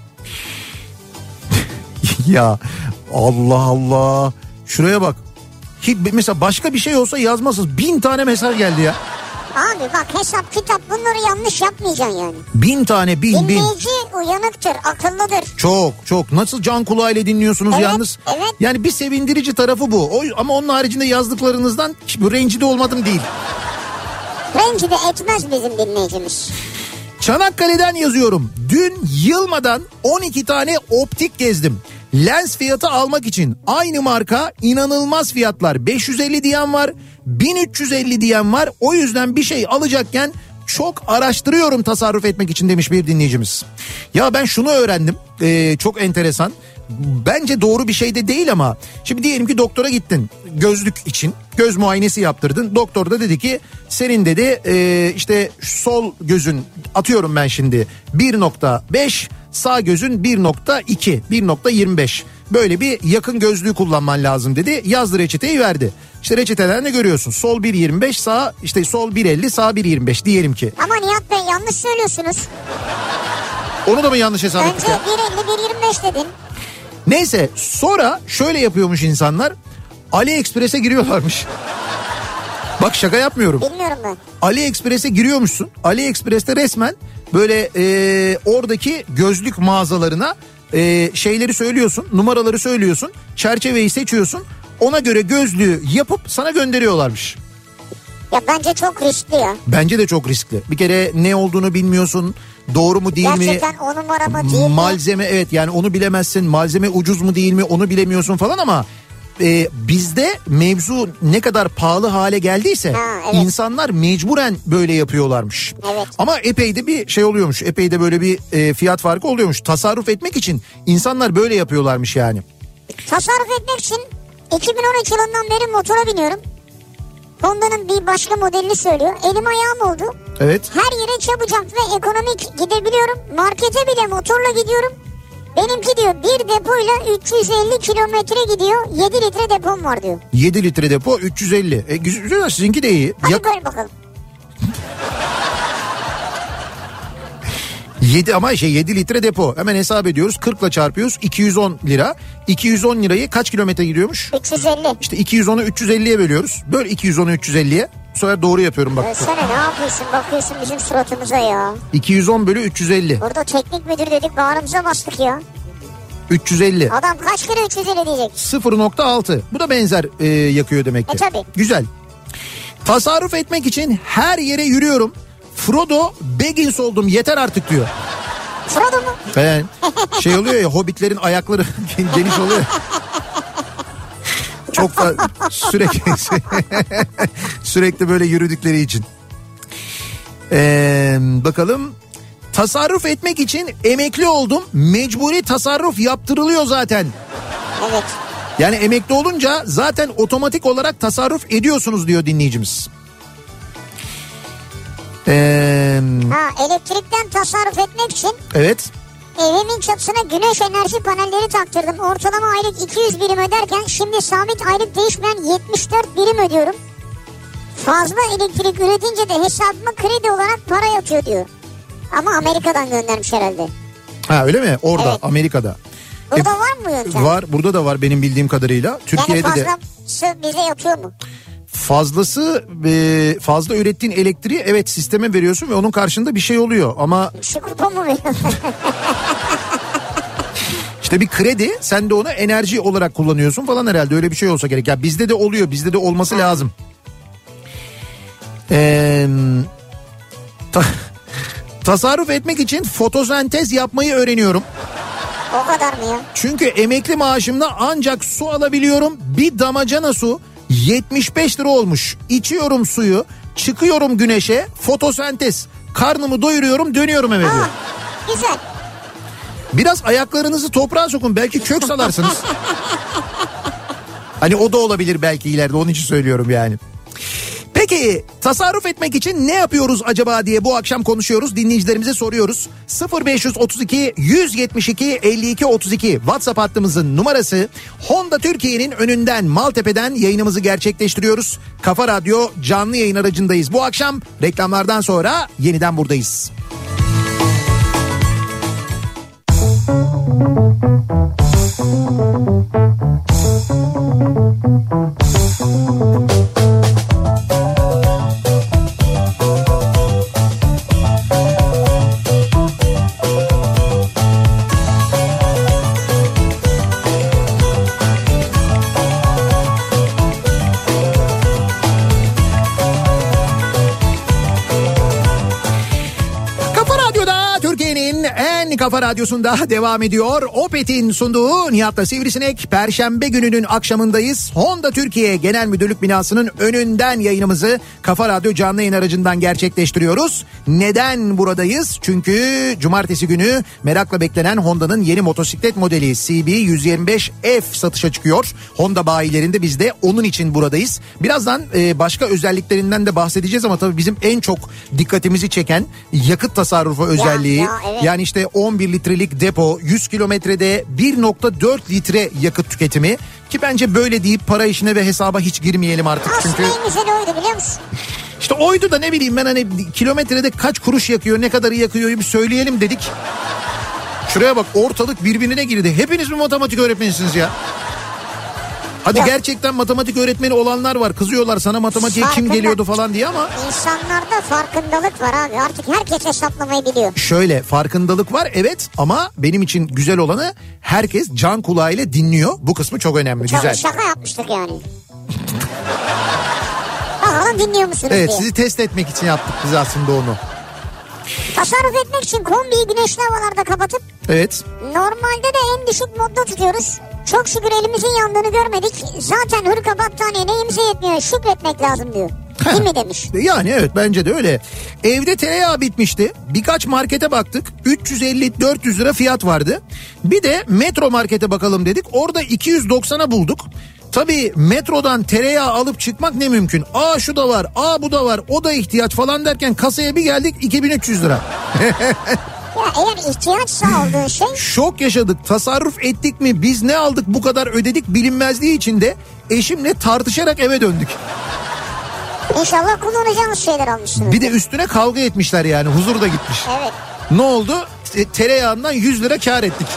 Ya Allah Allah. Şuraya bak. Mesela başka bir şey olsa yazmazsınız. Bin tane mesaj geldi ya. Abi bak hesap kitap bunları yanlış yapmayacaksın yani. Bin tane bin bin. Dinleyici uyanıktır, akıllıdır. Çok çok. Nasıl can kulağıyla dinliyorsunuz evet, yalnız? Evet. Yani bir sevindirici tarafı bu. O, ama onun haricinde yazdıklarınızdan rencide olmadım değil. Rencide etmez bizim dinleyicimiz. Çanakkale'den yazıyorum. Dün yılmadan on iki tane optik gezdim. Lens fiyatı almak için aynı marka inanılmaz fiyatlar. beş yüz elli diyen var, bin üç yüz elli diyen var. O yüzden bir şey alacakken çok araştırıyorum tasarruf etmek için demiş bir dinleyicimiz. Ya ben şunu öğrendim, ee, çok enteresan. Bence doğru bir şey de değil ama şimdi diyelim ki doktora gittin gözlük için, göz muayenesi yaptırdın. Doktor da dedi ki senin dedi e, işte sol gözün, atıyorum ben şimdi, bir nokta beş, sağ gözün bir nokta iki, bir nokta yirmi beş, böyle bir yakın gözlüğü kullanman lazım dedi. Yazdı, reçeteyi verdi. İşte reçeteden ne görüyorsun? Sol bir yirmi beş, sağ işte sol bir elli, sağ bir yirmi beş diyelim ki. Ama Nihat Bey yanlış söylüyorsunuz. Onu da mı yanlış hesap ettik? Önce bir elli, bir yirmi beş dedin. Neyse, sonra şöyle yapıyormuş insanlar. AliExpress'e giriyorlarmış. Bak şaka yapmıyorum. Bilmiyorum ben. AliExpress'e giriyormuşsun. AliExpress'te resmen böyle e, oradaki gözlük mağazalarına e, şeyleri söylüyorsun. Numaraları söylüyorsun. Çerçeveyi seçiyorsun. Ona göre gözlüğü yapıp sana gönderiyorlarmış. Ya bence çok riskli ya. Bence de çok riskli. Bir kere ne olduğunu bilmiyorsun. Doğru mu değil Gerçekten mi? Gerçekten o numara mı değil mi? Malzeme, evet, yani onu bilemezsin. Malzeme ucuz mu değil mi onu bilemiyorsun falan ama e, bizde mevzu ne kadar pahalı hale geldiyse ha, evet. insanlar mecburen böyle yapıyorlarmış. Evet. Ama epey de bir şey oluyormuş. Epey de böyle bir e, fiyat farkı oluyormuş. Tasarruf etmek için insanlar böyle yapıyorlarmış yani. Tasarruf etmek için iki bin on üç yılından beri motora biniyorum. Honda'nın bir başka modelini söylüyor. Elim ayağım oldu. Evet. Her yere çabucak ve ekonomik gidebiliyorum. Markete bile motorla gidiyorum. Benimki diyor bir depoyla üç yüz elli kilometre gidiyor. yedi litre depom var diyor. yedi litre depo, üç yüz elli. E, güzel, sizinki de iyi. Hadi ya... böyle bakalım. yedi ama şey yedi litre depo. Hemen hesap ediyoruz. kırkla çarpıyoruz. iki yüz on lira. iki yüz on lirayı kaç kilometre gidiyormuş? üç yüz elli. İşte iki yüz onu üç yüz elliye bölüyoruz. Böl iki yüz onu üç yüz elliye. Bu sefer doğru yapıyorum bak. Ölsene, ne yapıyorsun, bakıyorsun bizim suratımıza ya. iki yüz on bölü üç yüz elli. Burada teknik müdür dedik, bağrımıza bastık ya. üç yüz elli. Adam kaç kere üç yüz elli diyecek? sıfır nokta altı. Bu da benzer e, yakıyor demek ki. E tabii. Güzel. Tasarruf etmek için her yere yürüyorum. Frodo Baggins oldum, yeter artık diyor. Frodo mu? Ben şey oluyor ya, hobbitlerin ayakları geniş oluyor. Çok fazla sürekli sürekli böyle yürüdükleri için. Ee, bakalım. Tasarruf etmek için emekli oldum. Mecburi tasarruf yaptırılıyor zaten. Evet. Yani emekli olunca zaten otomatik olarak tasarruf ediyorsunuz diyor dinleyicimiz. Ee, Ha, elektrikten tasarruf etmek için. evet. Evimin çatısına güneş enerji panelleri taktırdım. Ortalama aylık iki yüz birim öderken şimdi sabit aylık değişmeyen yetmiş dört birim ödüyorum. Fazla elektrik üretince de hesabıma kredi olarak para yatıyor diyor. Ama Amerika'dan göndermiş herhalde. Ha, öyle mi? Orada, evet. Amerika'da. Burada e, var mı bu yöntem? Var, burada da var benim bildiğim kadarıyla. Türkiye'de yani de. fazlası bize yatıyor mu? Fazlası e, fazla ürettiğin elektriği evet sisteme veriyorsun ve onun karşında bir şey oluyor ama şu kupon mu veriyorsun? işte bir kredi, sen de onu enerji olarak kullanıyorsun falan, herhalde öyle bir şey olsa gerek. Ya bizde de oluyor, bizde de olması lazım. Eee ta, tasarruf etmek için fotosentez yapmayı öğreniyorum. O kadar mı ya? Çünkü emekli maaşımla ancak su alabiliyorum. Bir damacana su yetmiş beş lira olmuş. İçiyorum suyu, çıkıyorum güneşe, fotosentez. Karnımı doyuruyorum, dönüyorum eve diyor. Aa, güzel. Biraz ayaklarınızı toprağa sokun, belki kök salarsınız. Hani o da olabilir belki ileride, onun için söylüyorum yani. Peki tasarruf etmek için ne yapıyoruz acaba diye bu akşam konuşuyoruz, dinleyicilerimize soruyoruz. sıfır beş otuz iki yüz yetmiş iki elli iki otuz iki WhatsApp hattımızın numarası. Honda Türkiye'nin önünden, Maltepe'den yayınımızı gerçekleştiriyoruz. Kafa Radyo canlı yayın aracındayız. Bu akşam reklamlardan sonra yeniden buradayız. en kafa radyosunda devam ediyor. Opet'in sunduğu Nihat'la Sivrisinek. Perşembe gününün akşamındayız. Honda Türkiye Genel Müdürlük binasının önünden yayınımızı Kafa Radyo canlı yayın aracından gerçekleştiriyoruz. Neden buradayız? Çünkü cumartesi günü merakla beklenen Honda'nın yeni motosiklet modeli C B yüz yirmi beş F satışa çıkıyor. Honda bayilerinde biz de onun için buradayız. Birazdan e, başka özelliklerinden de bahsedeceğiz ama tabii bizim en çok dikkatimizi çeken yakıt tasarrufu özelliği. Ya, ya, evet. Yani işte on bir litrelik depo, yüz kilometrede bir nokta dört litre yakıt tüketimi ki bence böyle deyip para işine ve hesaba hiç girmeyelim artık. Aslında çünkü en güzel oydu biliyor musun? İşte oydu da ne bileyim ben hani kilometrede kaç kuruş yakıyor, ne kadarı yakıyor bir söyleyelim dedik. Şuraya bak, ortalık birbirine girdi. Hepiniz mi matematik öğretmenisiniz ya? Hadi ya, gerçekten matematik öğretmeni olanlar var. Kızıyorlar sana matematiğe kim geliyordu falan diye ama. İnsanlarda farkındalık var abi. Artık herkes hesaplamayı biliyor. Şöyle farkındalık var evet ama benim için güzel olanı herkes can kulağıyla dinliyor. Bu kısmı çok önemli. Çok güzel. Şaka yapmıştık yani. Bakalım dinliyor musunuz evet, diye. Sizi test etmek için yaptık biz aslında onu. Tasarruf etmek için kombiyi güneşli havalarda kapatıp evet. Normalde de en düşük modda tutuyoruz. Çok şükür elimizin yandığını görmedik. Zaten hırka battaniye neyimize yetmiyor, şükretmek lazım diyor. Değil mi demiş. Yani evet bence de öyle. Evde tereyağı bitmişti. Birkaç markete baktık. üç yüz elli dört yüz lira fiyat vardı. Bir de Metro markete bakalım dedik. Orada iki yüz doksana bulduk. Tabii metrodan tereyağı alıp çıkmak ne mümkün. Aa şu da var, aa bu da var, o da ihtiyaç falan derken kasaya bir geldik iki bin üç yüz lira. Ya eğer ihtiyaçsa olduğu şey. Şok yaşadık. Tasarruf ettik mi? Biz ne aldık bu kadar ödedik bilinmezliği içinde eşimle tartışarak eve döndük. İnşallah kullanacağınız şeyler almışsınız. Bir de üstüne kavga etmişler yani. Huzur da gitmiş. Evet. Ne oldu? Tereyağından yüz lira kar ettik.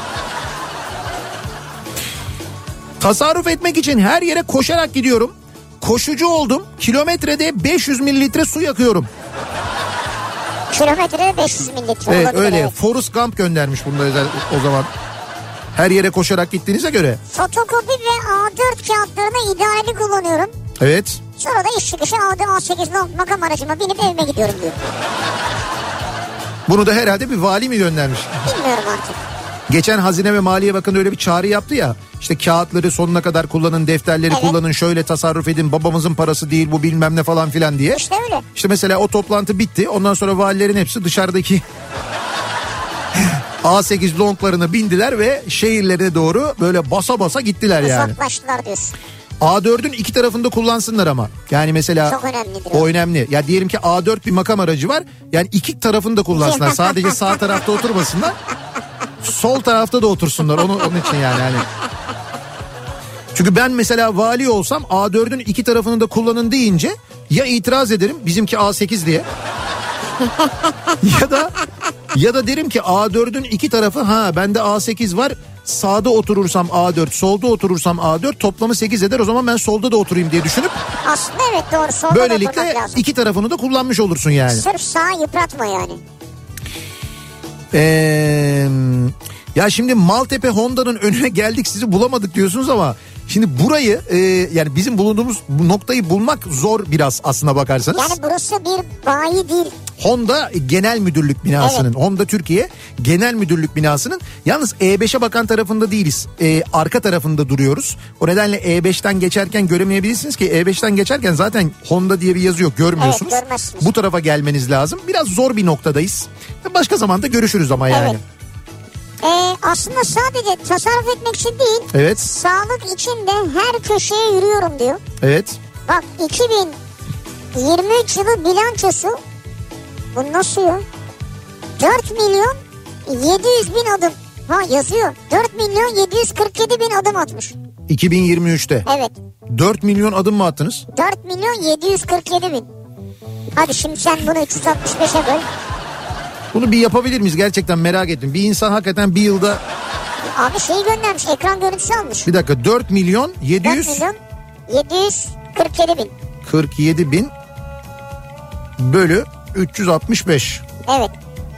Tasarruf etmek için her yere koşarak gidiyorum. Koşucu oldum. Kilometrede beş yüz mililitre su yakıyorum. Kilometrede beş yüz mililitre. Evet öyle. Evet. Forrest Gump göndermiş bunu özel o zaman. Her yere koşarak gittiğinize göre. Fotokopi ve A dört kağıtlarını idareli kullanıyorum. Evet. Sonra da iş çıkışı Audi A sekiz makam aracıma binip evime gidiyorum diyor. Bunu da herhalde bir vali mi göndermiş? Bilmiyorum artık. Geçen Hazine ve Maliye Bakanı öyle bir çağrı yaptı ya. İşte kağıtları sonuna kadar kullanın, defterleri evet. kullanın, şöyle tasarruf edin, babamızın parası değil bu bilmem ne falan filan diye. İşte öyle. İşte mesela o toplantı bitti. Ondan sonra valilerin hepsi dışarıdaki A sekiz longlarına bindiler ve şehirlere doğru böyle basa basa gittiler yani. Uzaklaştılar diyorsun. A dördün iki tarafında kullansınlar ama. Yani mesela çok önemlidir o önemli. Ya diyelim ki A dört bir makam aracı var. Yani iki tarafında kullansınlar. Sadece sağ tarafta oturmasınlar. Sol tarafta da otursunlar. Onu, onun için yani. yani. Çünkü ben mesela vali olsam A dördün iki tarafını da kullanın deyince ya itiraz ederim bizimki A sekiz diye. ya da ya da derim ki A dördün iki tarafı ha bende A sekiz var. Sağda oturursam A dört, solda oturursam A dört toplamı sekiz eder. O zaman ben solda da oturayım diye düşünüp. Aslında evet doğru, solda böylelikle iki tarafını da kullanmış olursun yani. Sırf sağı yıpratma yani. Eee... Ya şimdi Maltepe Honda'nın önüne geldik sizi bulamadık diyorsunuz ama şimdi burayı e, yani bizim bulunduğumuz noktayı bulmak zor biraz aslına bakarsanız. Yani burası bir bayi değil. Honda Genel Müdürlük binasının, evet. Honda Türkiye Genel Müdürlük binasının yalnız E beşe bakan tarafında değiliz. E, arka tarafında duruyoruz. O nedenle E beşten geçerken göremeyebilirsiniz ki E beşten geçerken zaten Honda diye bir yazı yok, görmüyorsunuz. Evet, görmezsiniz. Bu tarafa gelmeniz lazım. Biraz zor bir noktadayız. Başka zamanda görüşürüz ama yani. Evet. Ee, aslında sadece tasarruf etmek için değil. Evet. Sağlık için de her köşeye yürüyorum diyor. Evet. Bak iki bin yirmi üç yılı bilançosu bu nasıl ya? dört milyon yedi yüz bin adım. Ha yazıyor. dört milyon yedi yüz kırk yedi bin adım atmış. iki bin yirmi üçte. Evet. dört milyon adım mı attınız? dört milyon yedi yüz kırk yedi bin. Hadi şimdi sen bunu üç yüz altmış beşe böl. Bunu bir yapabilir miyiz gerçekten merak ettim. Bir insan hakikaten bir yılda... Abi şeyi göndermiş, ekran görüntüsü almış. Bir dakika, dört milyon yedi yüz... dört milyon yedi yüz kırk yedi bin. kırk yedi bin bölü üç yüz altmış beş. Evet.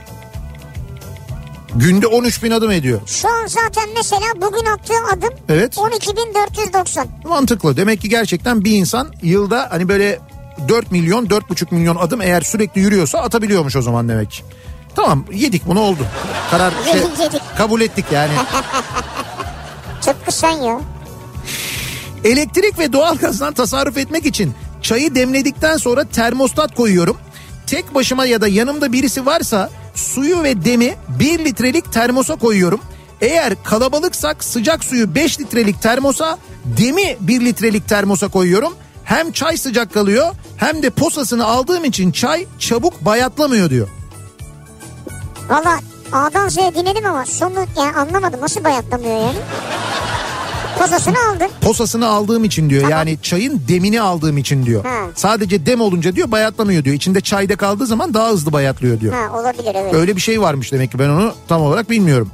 Günde on üç bin adım ediyor. Şu an zaten mesela bugün attığı adım evet. on iki bin dört yüz doksan. Mantıklı. Demek ki gerçekten bir insan yılda hani böyle dört milyon dört buçuk milyon adım eğer sürekli yürüyorsa atabiliyormuş o zaman demek. Tamam yedik bunu oldu. Karar şey, Yedik. kabul ettik yani. Tıpkı sen ya. Elektrik ve doğalgazdan tasarruf etmek için çayı demledikten sonra termostat koyuyorum. Tek başıma ya da yanımda birisi varsa suyu ve demi bir litrelik termosa koyuyorum. Eğer kalabalıksak sıcak suyu beş litrelik termosa, demi bir litrelik termosa koyuyorum. Hem çay sıcak kalıyor hem de posasını aldığım için çay çabuk bayatlamıyor diyor. Valla A'dan Z'ye dinledim ama sonu yani anlamadım, nasıl bayatlamıyor yani? Posasını aldın. Posasını aldığım için diyor. Tamam. Yani çayın demini aldığım için diyor. Ha. Sadece dem olunca diyor bayatlamıyor diyor. İçinde çayda kaldığı zaman daha hızlı bayatlıyor diyor. Ha, olabilir evet. Öyle bir şey varmış demek ki, ben onu tam olarak bilmiyorum.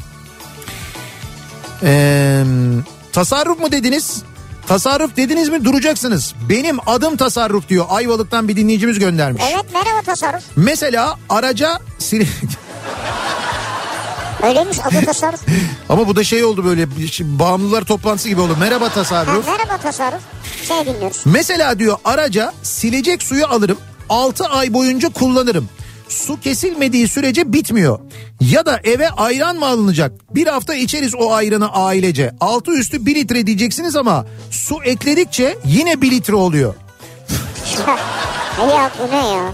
Ee, tasarruf mu dediniz? Tasarruf dediniz mi duracaksınız. Benim adım tasarruf diyor. Ayvalık'tan bir dinleyicimiz göndermiş. Evet, merhaba tasarruf. Mesela araca... Öyleymiş adı tasarruf. Ama bu da şey oldu, böyle bağımlılar toplantısı gibi oldu. Merhaba tasarruf. Ha, merhaba tasarruf. Seni dinliyoruz. Mesela diyor araca silecek suyu alırım. altı ay boyunca kullanırım. Su kesilmediği sürece bitmiyor. Ya da eve ayran mı alınacak? Bir hafta içeriz o ayranı ailece. Altı üstü bir litre diyeceksiniz ama su ekledikçe yine bir litre oluyor. Ya bu ne ya?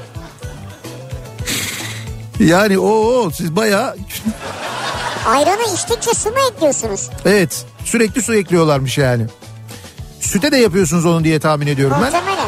Yani o, o siz bayağı... Ayranı içtikçe su mu ekliyorsunuz? Evet, sürekli su ekliyorlarmış yani. Süte de yapıyorsunuz onu diye tahmin ediyorum ben. Muhtemelen.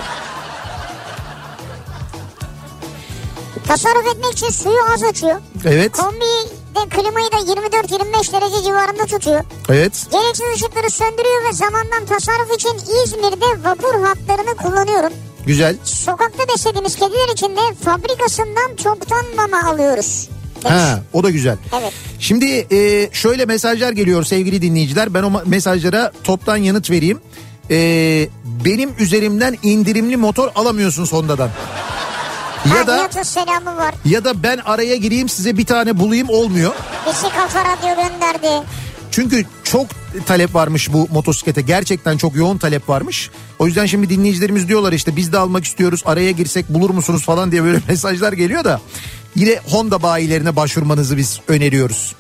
Tasarruf etmek için suyu az açıyor. Evet. Kombiyi de klimayı da yirmi dört yirmi beş derece civarında tutuyor. Evet. Gereksiz ışıkları söndürüyor ve zamandan tasarruf için İzmir'de vapur hatlarını kullanıyorum. Güzel. Sokakta beslediğimiz kediler için de fabrikasından çoktan mama alıyoruz. Demiş. Ha, o da güzel. Evet. Şimdi e, şöyle mesajlar geliyor sevgili dinleyiciler. Ben o mesajlara toptan yanıt vereyim. E, benim üzerimden indirimli motor alamıyorsunuz Honda'dan. Ya da selamı var. Ya da ben araya gireyim size bir tane bulayım, olmuyor. Bizi Kafa Radyo gönderdi. Çünkü çok talep varmış bu motosiklete. Gerçekten çok yoğun talep varmış. O yüzden şimdi dinleyicilerimiz diyorlar işte biz de almak istiyoruz, araya girsek bulur musunuz falan diye böyle mesajlar geliyor da. Yine Honda bayilerine başvurmanızı biz öneriyoruz.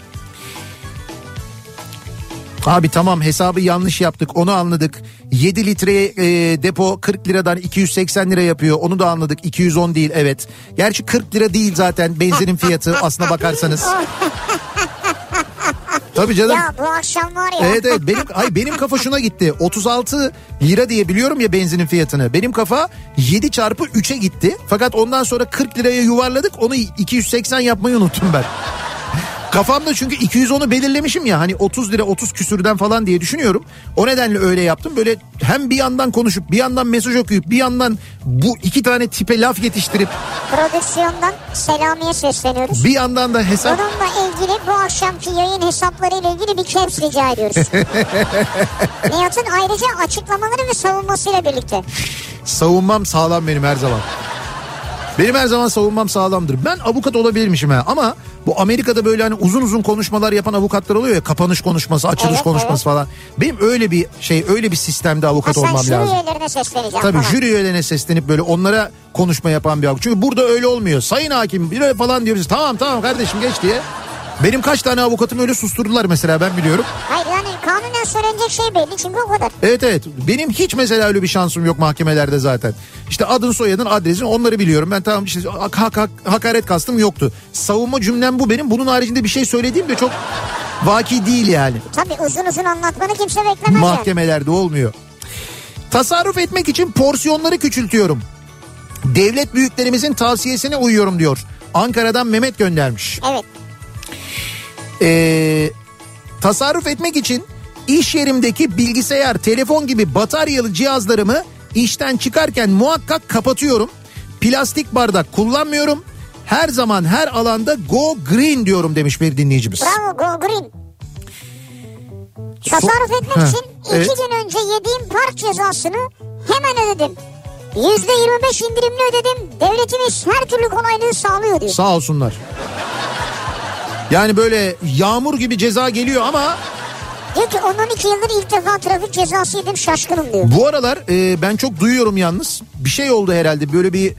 Abi tamam, hesabı yanlış yaptık, onu anladık. yedi litreye e, depo kırk liradan iki yüz seksen lira yapıyor, onu da anladık. iki yüz on değil, evet. Gerçi kırk lira değil zaten benzinin fiyatı aslına bakarsanız. Tabii canım. Ya bu akşam var ya. Evet evet, benim ay benim kafa şuna gitti. otuz altı lira diye biliyorum ya benzinin fiyatını. Benim kafa yedi çarpı üçe gitti. Fakat ondan sonra kırk liraya yuvarladık. Onu iki yüz seksen yapmayı unuttum ben. Kafamda çünkü iki yüz onu belirlemişim ya, hani otuz lira otuz küsürden falan diye düşünüyorum. O nedenle öyle yaptım. Böyle hem bir yandan konuşup bir yandan mesaj okuyup bir yandan bu iki tane tipe laf yetiştirip. Prodüksiyondan Selami'ye sesleniyoruz. Bir yandan da hesap. Bununla ilgili bu akşamki yayın hesaplarıyla ilgili bir caps rica ediyoruz. Nihat'ın ayrıca açıklamaları ve savunmasıyla birlikte. Savunmam sağlam benim her zaman. Benim her zaman savunmam sağlamdır. Ben avukat olabilirmişim ha, ama bu Amerika'da böyle hani uzun uzun konuşmalar yapan avukatlar oluyor ya, kapanış konuşması, açılış evet, konuşması evet. falan. Benim öyle bir şey, öyle bir sistemde avukat ha, olmam lazım. Sen jüri üyelerine sesleneceksin. Tabii falan. Jüri üyelerine seslenip böyle onlara konuşma yapan bir avukat. Çünkü burada öyle olmuyor. Sayın hakim bir falan diyoruz. Tamam tamam kardeşim geç diye. Benim kaç tane avukatım öyle susturdular mesela, ben biliyorum. Hayır yani kanunen söylenecek şey belli çünkü o kadar. Evet evet, benim hiç mesela öyle bir şansım yok mahkemelerde zaten. İşte adın soyadın adresin onları biliyorum. Ben tamam işte hak, hak, hakaret kastım yoktu. Savunma cümlem bu benim. Bunun haricinde bir şey söylediğim de çok vaki değil yani. Tabii uzun uzun anlatmanı kimse beklemez. Mahkemelerde yani olmuyor. Tasarruf etmek için porsiyonları küçültüyorum. Devlet büyüklerimizin tavsiyesine uyuyorum diyor. Ankara'dan Mehmet göndermiş. Evet. Ee, tasarruf etmek için iş yerimdeki bilgisayar, telefon gibi bataryalı cihazlarımı işten çıkarken muhakkak kapatıyorum. Plastik bardak kullanmıyorum. Her zaman her alanda go green diyorum demiş bir dinleyicimiz. Bravo, go green. Tasarruf so- etmek Heh, için iki evet. gün önce yediğim park cezasını hemen ödedim. yüzde yirmi beş indirimli ödedim. Devletimiz her türlü kolaylığı sağlıyor diyor. Sağ olsunlar. Yani böyle yağmur gibi ceza geliyor ama... Diyor ki on on iki yıldır ilk defa trafik cezası yedim, şaşkınım diyor. Bu aralar e, ben çok duyuyorum yalnız. Bir şey oldu herhalde, böyle bir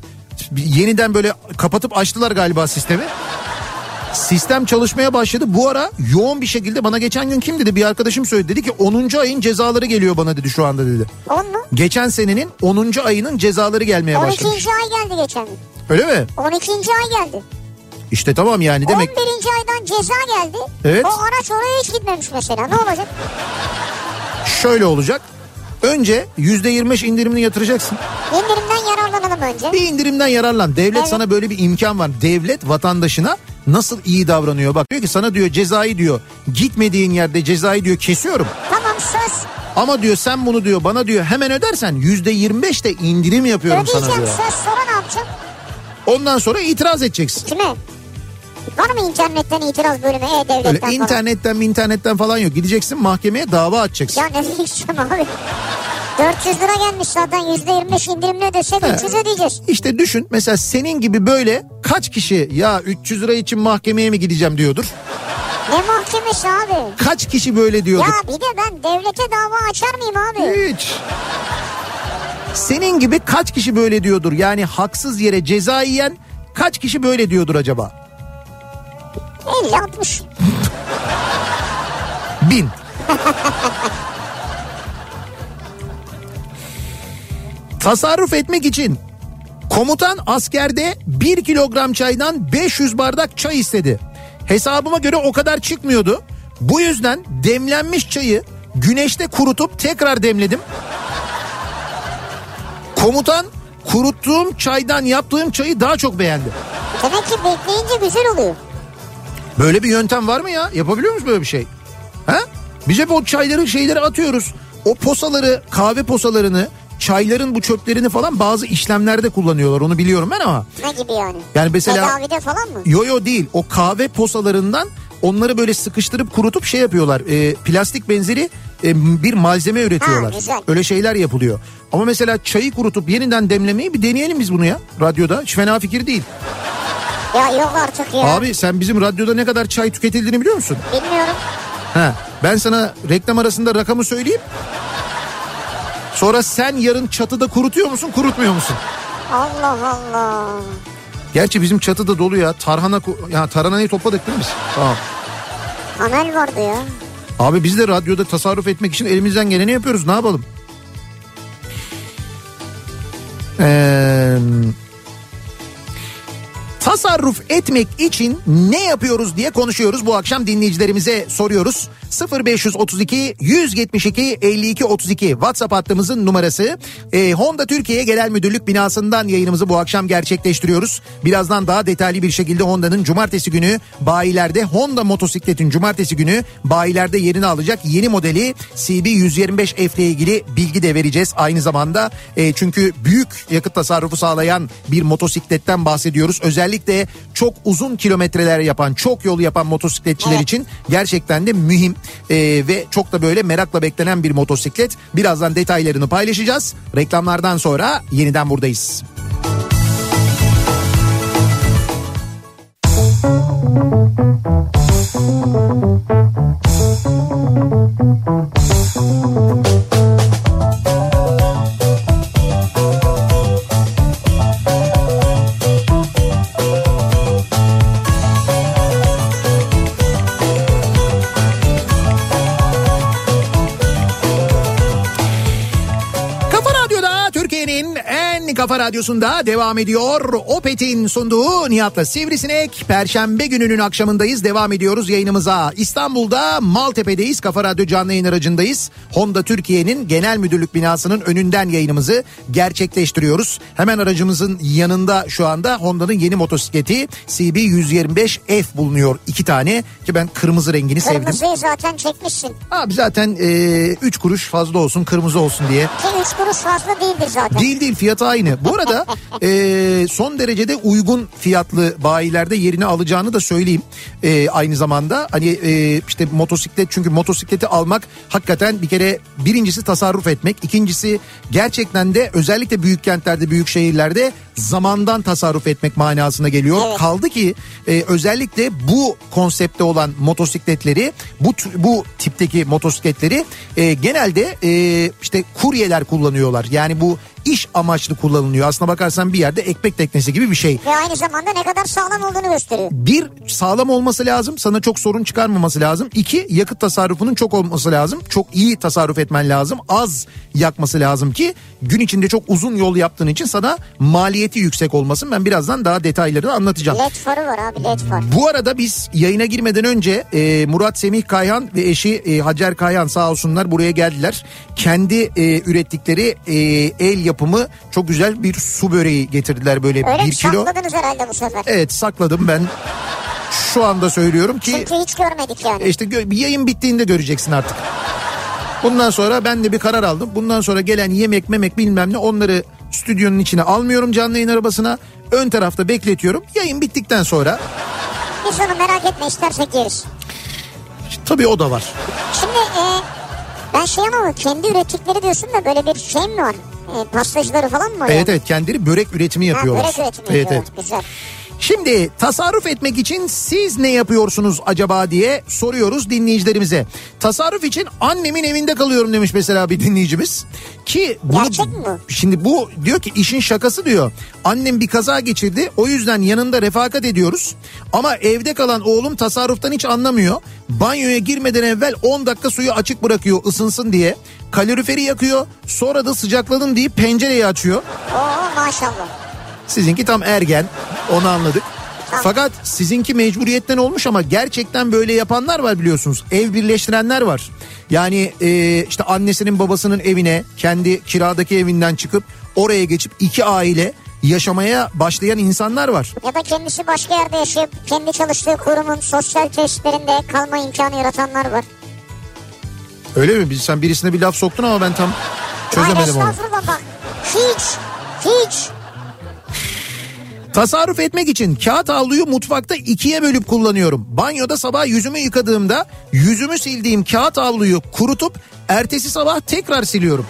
yeniden böyle kapatıp açtılar galiba sistemi. Sistem çalışmaya başladı. Bu ara yoğun bir şekilde bana geçen gün kim dedi? Bir arkadaşım söyledi. Dedi ki onuncu ayın cezaları geliyor bana dedi şu anda dedi. on mu? Geçen senenin onuncu ayının cezaları gelmeye başlamış. on ikinci ay geldi geçen gün. Öyle mi? on ikinci ay geldi. İşte tamam yani demek. on birinci aydan ceza geldi. Evet. O araç oraya hiç gitmemiş mesela. Ne olacak? Şöyle olacak. Önce yüzde yirmi beş indirimini yatıracaksın. İndirimden yararlanalım önce. Bir indirimden yararlan. Devlet evet. sana böyle bir imkan var. Devlet vatandaşına nasıl iyi davranıyor. Bak diyor ki sana diyor cezayı diyor gitmediğin yerde cezayı diyor kesiyorum. Tamam söz. Ama diyor sen bunu diyor bana diyor hemen ödersen yüzde yirmi beş de indirim yapıyorum sana diyor. Ödeyeceğim söz, sonra ne yapacağım? Ondan sonra itiraz edeceksin. Kime? Var mı internetten itiraz bölümü E-Devlet'ten Öyle falan? internetten mi internetten falan yok. Gideceksin mahkemeye dava açacaksın. Ya ne diyeceğim abi? dört yüz lira gelmiş zaten yüzde yirmi beş indirimli ödesek üç yüz ödeyeceğiz. İşte düşün mesela senin gibi böyle kaç kişi ya üç yüz lira için mahkemeye mi gideceğim diyordur. Ne mahkemesi abi? Kaç kişi böyle diyordur. Ya bir de ben devlete dava açar mıyım abi? Hiç. Senin gibi kaç kişi böyle diyordur? Yani haksız yere ceza yiyen kaç kişi böyle diyordur acaba? elli altmış. Bin. Tasarruf etmek için komutan askerde bir kilogram çaydan beş yüz bardak çay istedi. Hesabıma göre o kadar çıkmıyordu. Bu yüzden demlenmiş çayı güneşte kurutup tekrar demledim. Komutan kuruttuğum çaydan yaptığım çayı daha çok beğendi. Demek ki bekleyince güzel oluyor. Böyle bir yöntem var mı ya? Yapabiliyor muyuz böyle bir şey? Ha? Biz hep o çayları şeyleri atıyoruz. O posaları, kahve posalarını, çayların bu çöplerini falan bazı işlemlerde kullanıyorlar. Onu biliyorum ben ama. Ne gibi yani? Yani mesela. Tedavide falan mı? Yo yo değil. O kahve posalarından onları böyle sıkıştırıp kurutup şey yapıyorlar. E, plastik benzeri e, bir malzeme üretiyorlar. Ha, güzel. Öyle şeyler yapılıyor. Ama mesela çayı kurutup yeniden demlemeyi bir deneyelim biz bunu ya. Radyoda. Hiç fena fikir değil. Ya yok artık ya. Abi sen bizim radyoda ne kadar çay tüketildiğini biliyor musun? Bilmiyorum. Ha, ben sana reklam arasında rakamı söyleyeyim. Sonra sen yarın çatıda kurutuyor musun, kurutmuyor musun? Allah Allah. Gerçi bizim çatıda dolu ya. Tarhana, ya tarhanayı topladık değil mi biz? Tamam. Amel vardı ya. Abi biz de radyoda tasarruf etmek için elimizden geleni yapıyoruz. Ne yapalım? Eee... Tasarruf etmek için ne yapıyoruz diye konuşuyoruz. Bu akşam dinleyicilerimize soruyoruz. sıfır beş otuz iki yüz yetmiş iki elli iki otuz iki WhatsApp hattımızın numarası. Ee, Honda Türkiye Genel Müdürlük binasından yayınımızı bu akşam gerçekleştiriyoruz. Birazdan daha detaylı bir şekilde Honda'nın cumartesi günü bayilerde, Honda motosikletin cumartesi günü bayilerde yerini alacak yeni modeli C B yüz yirmi beş F ile ilgili bilgi de vereceğiz aynı zamanda. E, çünkü büyük yakıt tasarrufu sağlayan bir motosikletten bahsediyoruz. Özellikle Özellikle çok uzun kilometreler yapan, çok yol yapan motosikletçiler evet. için gerçekten de mühim ee, ve çok da böyle merakla beklenen bir motosiklet. Birazdan detaylarını paylaşacağız. Reklamlardan sonra yeniden buradayız. Kafa Radyosu'nda devam ediyor. Opet'in sunduğu Nihat'la Sivrisinek. Perşembe gününün akşamındayız. Devam ediyoruz yayınımıza. İstanbul'da Maltepe'deyiz. Kafa Radyo canlı yayın aracındayız. Honda Türkiye'nin genel müdürlük binasının önünden yayınımızı gerçekleştiriyoruz. Hemen aracımızın yanında şu anda Honda'nın yeni motosikleti C B yüz yirmi beş F bulunuyor. İki tane ki ben kırmızı rengini Kırmızıyı sevdim. Kırmızıyı zaten çekmişsin. Abi zaten üç e, kuruş fazla olsun, kırmızı olsun diye. Ki üç kuruş fazla değildir zaten. Değil değil, fiyatı aynı. Bu arada e, son derecede uygun fiyatlı bayilerde yerini alacağını da söyleyeyim. E, aynı zamanda hani e, işte motosiklet, çünkü motosikleti almak hakikaten bir kere birincisi tasarruf etmek. İkincisi gerçekten de özellikle büyük kentlerde, büyük şehirlerde zamandan tasarruf etmek manasına geliyor. Evet. Kaldı ki e, özellikle bu konsepte olan motosikletleri, bu bu tipteki motosikletleri e, genelde e, işte kuryeler kullanıyorlar. Yani bu iş amaçlı kullanılıyor. Aslına bakarsan bir yerde ekmek teknesi gibi bir şey. Ve aynı zamanda ne kadar sağlam olduğunu gösteriyor. Bir, sağlam olması lazım. Sana çok sorun çıkarmaması lazım. İki, yakıt tasarrufunun çok olması lazım. Çok iyi tasarruf etmen lazım. Az yakması lazım ki gün içinde çok uzun yol yaptığın için sana maliyeti yüksek olmasın. Ben birazdan daha detaylarını anlatacağım. Led farı var abi, led far. Bu arada biz yayına girmeden önce e, Murat Semih Kayhan ve eşi e, Hacer Kayhan sağ olsunlar buraya geldiler. Kendi e, ürettikleri e, el yapımı çok güzel bir su böreği getirdiler böyle Öyle bir kilo. sakladınız herhalde bu sefer. Evet, sakladım ben. Şu anda söylüyorum ki. Çünkü hiç görmedik yani. İşte bir yayın bittiğinde göreceksin artık. Bundan sonra ben de bir karar aldım. Bundan sonra gelen yemek memek bilmem ne, onları stüdyonun içine almıyorum, canlı yayın arabasına. Ön tarafta bekletiyorum. Yayın bittikten sonra. Biz onu merak etme, istersek yeriz. Tabii o da var. Şimdi e, ben şey ama kendi ürettikleri diyorsun da böyle bir şey mi var? E, pastacıları falan mı var? Evet yani? evet, kendileri börek üretimi yapıyorlar. Ha, börek üretimi evet, yapıyorlar. evet. Güzel. Şimdi tasarruf etmek için siz ne yapıyorsunuz acaba diye soruyoruz dinleyicilerimize. Tasarruf için annemin evinde kalıyorum demiş mesela bir dinleyicimiz. Ki bunu, gerçek mi bu? Şimdi bu diyor ki işin şakası diyor. Annem bir kaza geçirdi, o yüzden yanında refakat ediyoruz. Ama evde kalan oğlum tasarruftan hiç anlamıyor. Banyoya girmeden evvel on dakika suyu açık bırakıyor ısınsın diye. Kaloriferi yakıyor, sonra da sıcakladım deyip pencereyi açıyor. Oo maşallah. Sizinki tam ergen, onu anladık. Tamam. Fakat sizinki mecburiyetten olmuş ama gerçekten böyle yapanlar var biliyorsunuz. Ev birleştirenler var. Yani e, işte annesinin babasının evine, kendi kiradaki evinden çıkıp oraya geçip iki aile yaşamaya başlayan insanlar var. Ya da kendisi başka yerde yaşayıp kendi çalıştığı kurumun sosyal tesislerinde kalma imkanı yaratanlar var. Öyle mi? Sen birisine bir laf soktun ama ben tam çözemedim Hayır, onu. estağfurullah bak. Hiç, hiç. Tasarruf etmek için kağıt havluyu mutfakta ikiye bölüp kullanıyorum. Banyoda sabah yüzümü yıkadığımda yüzümü sildiğim kağıt havluyu kurutup ertesi sabah tekrar siliyorum.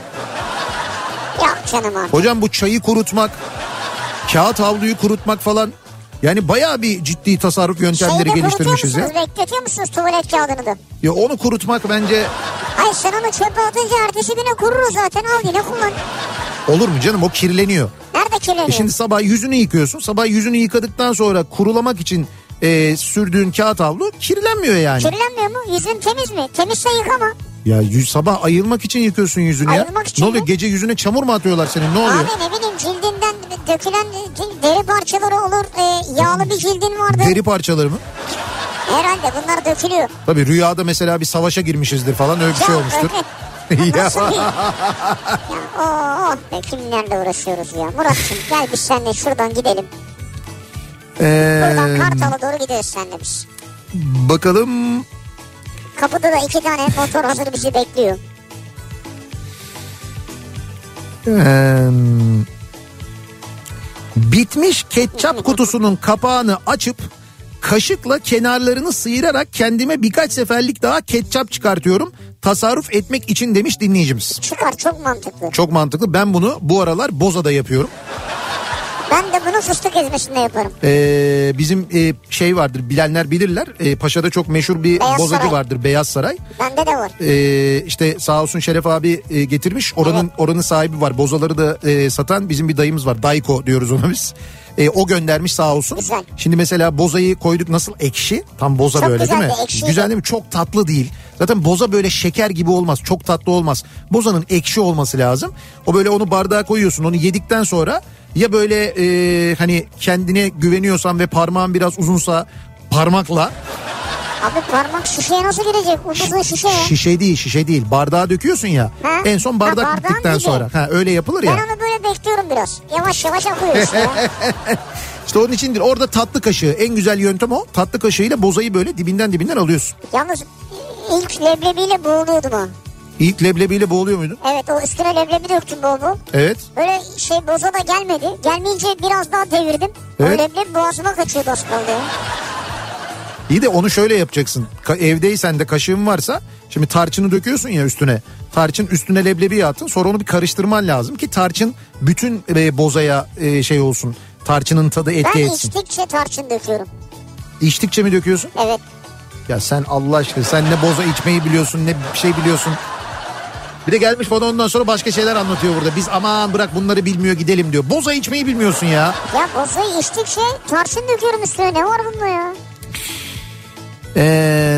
Yok canım artık. Hocam bu çayı kurutmak, kağıt havluyu kurutmak falan, yani bayağı bir ciddi tasarruf yöntemleri Şeyde geliştirmişiz ya. Bekletiyor musunuz tuvalet kağıdını da? Ya onu kurutmak bence... Hayır, sen onu çöpe atınca ertesi güne kurur zaten, al yine kullan. Olur mu canım, o kirleniyor. Nerede kirleniyor? E şimdi sabah yüzünü yıkıyorsun. Sabah yüzünü yıkadıktan sonra kurulamak için e, sürdüğün kağıt havlu kirlenmiyor yani. Kirlenmiyor mu? Yüzün temiz mi? Temizse yıkama. Ya yüz, sabah ayılmak için yıkıyorsun yüzünü ya. Ayılmak için ne oluyor? mi? Gece yüzüne çamur mu atıyorlar senin? Ne oluyor? Abi ne bileyim, cildinden dökülen deri parçaları olur. E, yağlı bir cildin vardır. Deri parçaları mı? Herhalde bunlar dökülüyor. Tabii rüyada mesela bir savaşa girmişizdir falan, öyle bir şey olmuştur. ya. Oh, be, kimlerle uğraşıyoruz ya. Murat'cığım gel biz seninle şuradan gidelim. Ee, Buradan Kartal'a doğru gideriz seninle biz. Bakalım. Kapıda da iki tane motor hazır bizi bekliyor. Ee, bitmiş ketçap kutusunun kapağını açıp kaşıkla kenarlarını sıyırarak kendime birkaç seferlik daha ketçap çıkartıyorum. Tasarruf etmek için demiş dinleyicimiz. Çıkar, çok mantıklı. Çok mantıklı. Ben bunu bu aralar Boza'da yapıyorum. Ben de bunu fıstık ezmesinde yaparım. Ee, bizim e, şey vardır, bilenler bilirler. E, Paşa'da çok meşhur bir Beyaz bozacı Saray. vardır, Beyaz Saray. Bende de var. Ee, işte sağ olsun Şeref abi e, getirmiş. Oranın evet. Oranın sahibi var. Bozaları da e, satan bizim bir dayımız var. Dayko diyoruz ona biz. E, o göndermiş sağ olsun. Güzel. Şimdi mesela bozayı koyduk, nasıl ekşi. Tam boza çok böyle değil mi? Ekşi güzel değil mi? Çok tatlı değil. Zaten boza böyle şeker gibi olmaz. Çok tatlı olmaz. Bozanın ekşi olması lazım. O böyle onu bardağa koyuyorsun. Onu yedikten sonra ya böyle e, hani kendine güveniyorsan ve parmağın biraz uzunsa parmakla. Abi parmak şişeye nasıl girecek? Uzun şişe ya. Şişe değil, şişe değil. Bardağa döküyorsun ya. Ha? En son bardak ha, bittikten sonra. Ha, öyle yapılır ben ya. Ben onu böyle bekliyorum biraz. Yavaş yavaş akıyor işte ya. İşte onun içindir. Orada tatlı kaşığı. En güzel yöntem o. Tatlı kaşığıyla bozayı böyle dibinden dibinden alıyorsun. Yalnız ilk leblebiyle boğuluyordum ha. İlk leblebiyle boğuluyor muydun? Evet, o üstüne leblebi döktüm bol bol. Evet. Böyle şey boza da gelmedi. Gelmeyince biraz daha devirdim. Evet. O leblebi boğazıma kaçıyordu az kaldı ya. İyi de onu şöyle yapacaksın. Ka- evdeysen de kaşığın varsa şimdi tarçını döküyorsun ya üstüne. Tarçın üstüne leblebiyi attın, sonra onu bir karıştırman lazım ki tarçın bütün e, bozaya e, şey olsun. Tarçının tadı etki ben etsin. Ben içtikçe tarçın döküyorum. İçtikçe mi döküyorsun? Evet. Ya sen Allah aşkına, sen ne boza içmeyi biliyorsun ne bir şey biliyorsun. Bir de gelmiş bana ondan sonra başka şeyler anlatıyor burada. Biz aman bırak bunları bilmiyor gidelim diyor. Boza içmeyi bilmiyorsun ya. Ya bozayı içtikçe tarçın döküyorum üstüne, ne var bunda ya? Eee...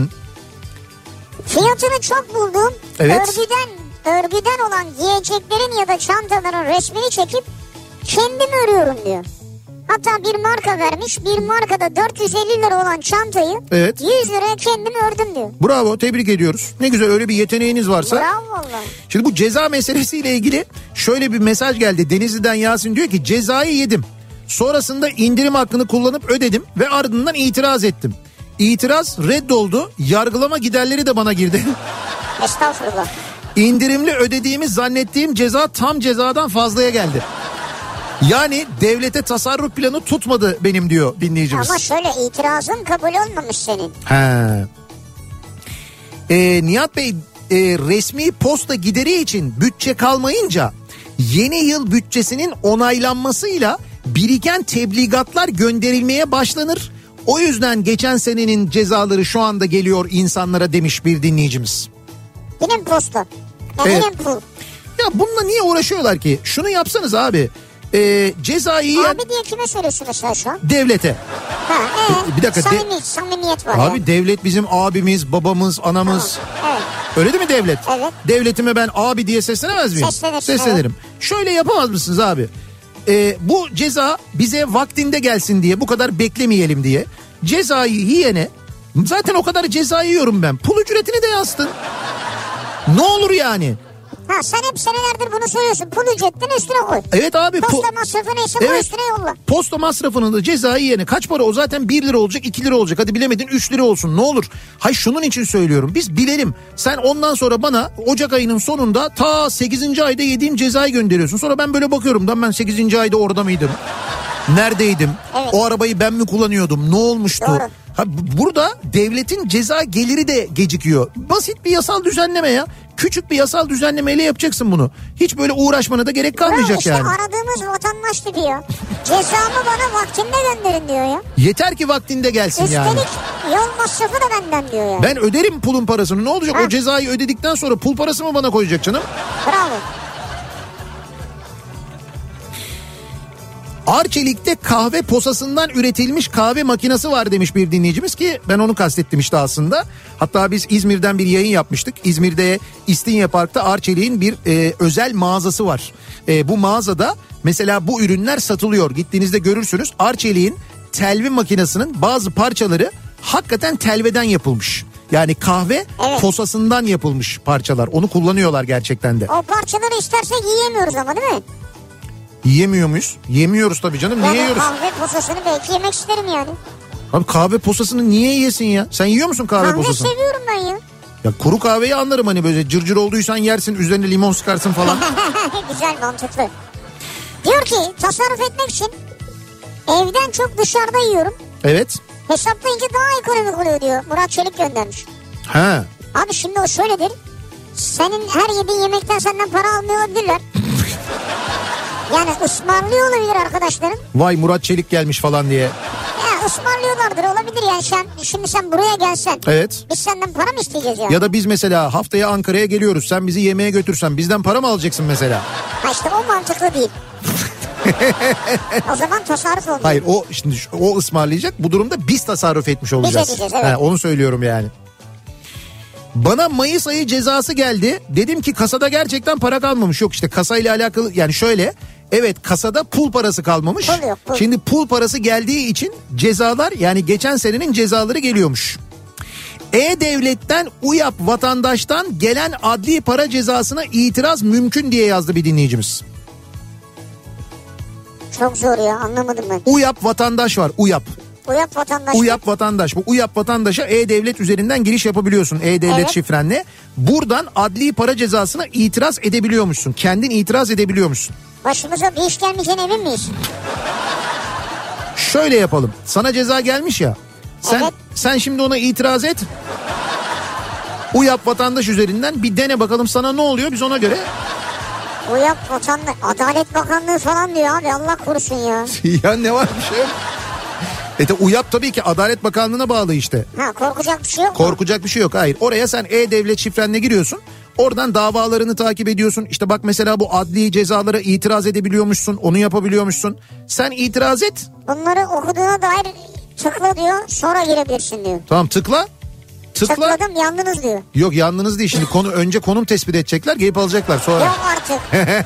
Fiyatını çok bulduğum Evet. örgüden, örgüden olan giyeceklerin ya da çantaların resmini çekip kendim örüyorum diyor. Hatta bir marka vermiş, bir markada dört yüz elli lira olan çantayı Evet. yüz liraya kendim ördüm diyor. Bravo, tebrik ediyoruz. Ne güzel, öyle bir yeteneğiniz varsa. Bravo vallahi. Şimdi bu ceza meselesiyle ilgili şöyle bir mesaj geldi. Denizli'den Yasin diyor ki cezayı yedim. Sonrasında indirim hakkını kullanıp ödedim ve ardından itiraz ettim. İtiraz reddoldu. Yargılama giderleri de bana girdi. Estağfurullah. İndirimli ödediğimi zannettiğim ceza tam cezadan fazlaya geldi. Yani devlete tasarruf planı tutmadı benim diyor dinleyicimiz. Ama şöyle, itirazın kabul olmamış senin. He. Ee, Nihat Bey, e, resmi posta gideri için bütçe kalmayınca yeni yıl bütçesinin onaylanmasıyla biriken tebligatlar gönderilmeye başlanır. O yüzden geçen senenin cezaları şu anda geliyor insanlara demiş bir dinleyicimiz. Yine mi posta? Ya Evet. yine mi pul? Ya bununla niye uğraşıyorlar ki? Şunu yapsanız abi. E, cezayı yiyen Abi diye kime söylüyorsun mesela şu an? devlete. Ha, ee, Bir dakika, de- Samimi, samimiyet var Abi ya. devlet bizim abimiz, babamız, anamız. Evet. Öyle değil mi devlet? Evet. Devletime ben abi diye seslenemez miyim? Seslenirsin, Seslenirim. Şöyle yapamaz mısınız abi? Ee, bu ceza bize vaktinde gelsin diye, bu kadar beklemeyelim diye. Cezayı yiyene, zaten o kadar ceza yiyorum ben, pul ücretini de yansıtın. Ne olur yani? Ha, sen hep senelerdir bunu söylüyorsun. Pul ücretini üstüne koy. Evet abi. Posta pu- masrafı neyse koy Evet. üstüne yolla. Posta masrafının da cezayı yiyene kaç para o, zaten bir lira olacak, iki lira olacak, hadi bilemedin üç lira olsun, ne olur. Hay şunun için söylüyorum, biz bilelim. Sen ondan sonra bana Ocak ayının sonunda ta sekizinci ayda yediğim cezayı gönderiyorsun. Sonra ben böyle bakıyorum, ben sekizinci ayda orada mıydım? Neredeydim? Evet. O arabayı ben mi kullanıyordum? Ne olmuştu? Doğru. Ha, bu- burada devletin ceza geliri de gecikiyor. Basit bir yasal düzenleme ya. Küçük bir yasal düzenlemeyle yapacaksın bunu. Hiç böyle uğraşmana da gerek kalmayacak Bravo, işte yani. aradığımız vatandaş tipi ya. Cezamı bana vaktinde gönderin diyor ya. Yeter ki vaktinde gelsin Üstelik yani. yol masrafı da benden diyor ya. Ben öderim pulun parasını. Ne olacak? Ha. O cezayı ödedikten sonra pul parası mı bana koyacak canım? Bravo. Arçelik'te kahve posasından üretilmiş kahve makinesi var demiş bir dinleyicimiz, ki ben onu kastettim işte aslında. Hatta biz İzmir'den bir yayın yapmıştık. İzmir'de İstinye Park'ta Arçelik'in bir e, özel mağazası var. E, bu mağazada mesela bu ürünler satılıyor. Gittiğinizde görürsünüz. Arçelik'in telvi makinesinin bazı parçaları hakikaten telveden yapılmış. Yani kahve Evet. posasından yapılmış parçalar. Onu kullanıyorlar gerçekten de. O parçaları istersek yiyemiyoruz ama değil mi? Yiyemiyor muyuz? Yemiyoruz tabii canım. Niye Yani yiyoruz? kahve posasını belki yemek isterim yani. Abi kahve posasını niye yesin ya? Sen yiyor musun kahve, Kahve posasını? seviyorum ben ya. Ya kuru kahveyi anlarım, hani böyle cırcır olduysan yersin, üzerine limon sıkarsın falan. Güzel, mantıklı. Diyor ki tasarruf etmek için evden çok dışarıda yiyorum. Evet. Hesaplayınca daha ekonomik oluyor diyor. Murat Çelik göndermiş. Ha. Abi şimdi o şöyledir. Senin her yediğin yemekten senden para almıyor olabilirler. Yani ısmarlıyor olabilir arkadaşlarım. Vay Murat Çelik gelmiş falan diye. Ya ısmarlıyorlardır, olabilir yani. Sen, şimdi sen buraya gelsen. Evet. Biz senden para mı isteyeceğiz yani? Ya da biz mesela haftaya Ankara'ya geliyoruz. Sen bizi yemeğe götürsen bizden para mı alacaksın mesela? Ha işte o mantıklı değil. O zaman tasarruf olmuyor. Hayır, o şimdi şu- o ısmarlayacak. Bu durumda biz tasarruf etmiş olacağız. edeceğiz, evet. Ha, onu söylüyorum yani. Bana Mayıs ayı cezası geldi. Dedim ki kasada gerçekten para kalmamış. Yok işte kasayla alakalı, yani şöyle. Evet, kasada pul parası kalmamış. Pul yok, pul. Şimdi pul parası geldiği için cezalar, yani geçen senenin cezaları geliyormuş. E-Devlet'ten UYAP vatandaştan gelen adli para cezasına itiraz mümkün diye yazdı bir dinleyicimiz. Çok zor ya, anlamadım ben. UYAP vatandaş var, UYAP. Uyap vatandaş. UYAP vatandaş. Bu UYAP vatandaşa E-Devlet üzerinden giriş yapabiliyorsun. E-Devlet Evet. şifrenle. Buradan adli para cezasına itiraz edebiliyormuşsun. Kendin itiraz edebiliyormuşsun. Başımıza bir iş gelmeyeceğine emin miyiz? Şöyle yapalım. Sana ceza gelmiş ya. Sen Evet. sen şimdi ona itiraz et. UYAP vatandaş üzerinden bir dene bakalım sana ne oluyor, biz ona göre. Uyap vatandaş. Adalet Bakanlığı falan diyor abi, Allah korusun ya. Ya ne var bir şey? E de UYAP tabii ki Adalet Bakanlığı'na bağlı işte. Ha, korkacak bir şey yok mu? Korkacak bir şey yok. Hayır. Oraya sen E-Devlet şifrenle giriyorsun. Oradan davalarını takip ediyorsun. İşte bak mesela bu adli cezalara itiraz edebiliyormuşsun. Onu yapabiliyormuşsun. Sen itiraz et. Bunları okuduğuna dair tıkla diyor, sonra girebilirsin diyor. Tamam, tıkla. Tıkla. Tıkladım, yandınız diyor. Yok, yandınız değil. Şimdi konu önce konum tespit edecekler, gelip alacaklar sonra. Yok artık.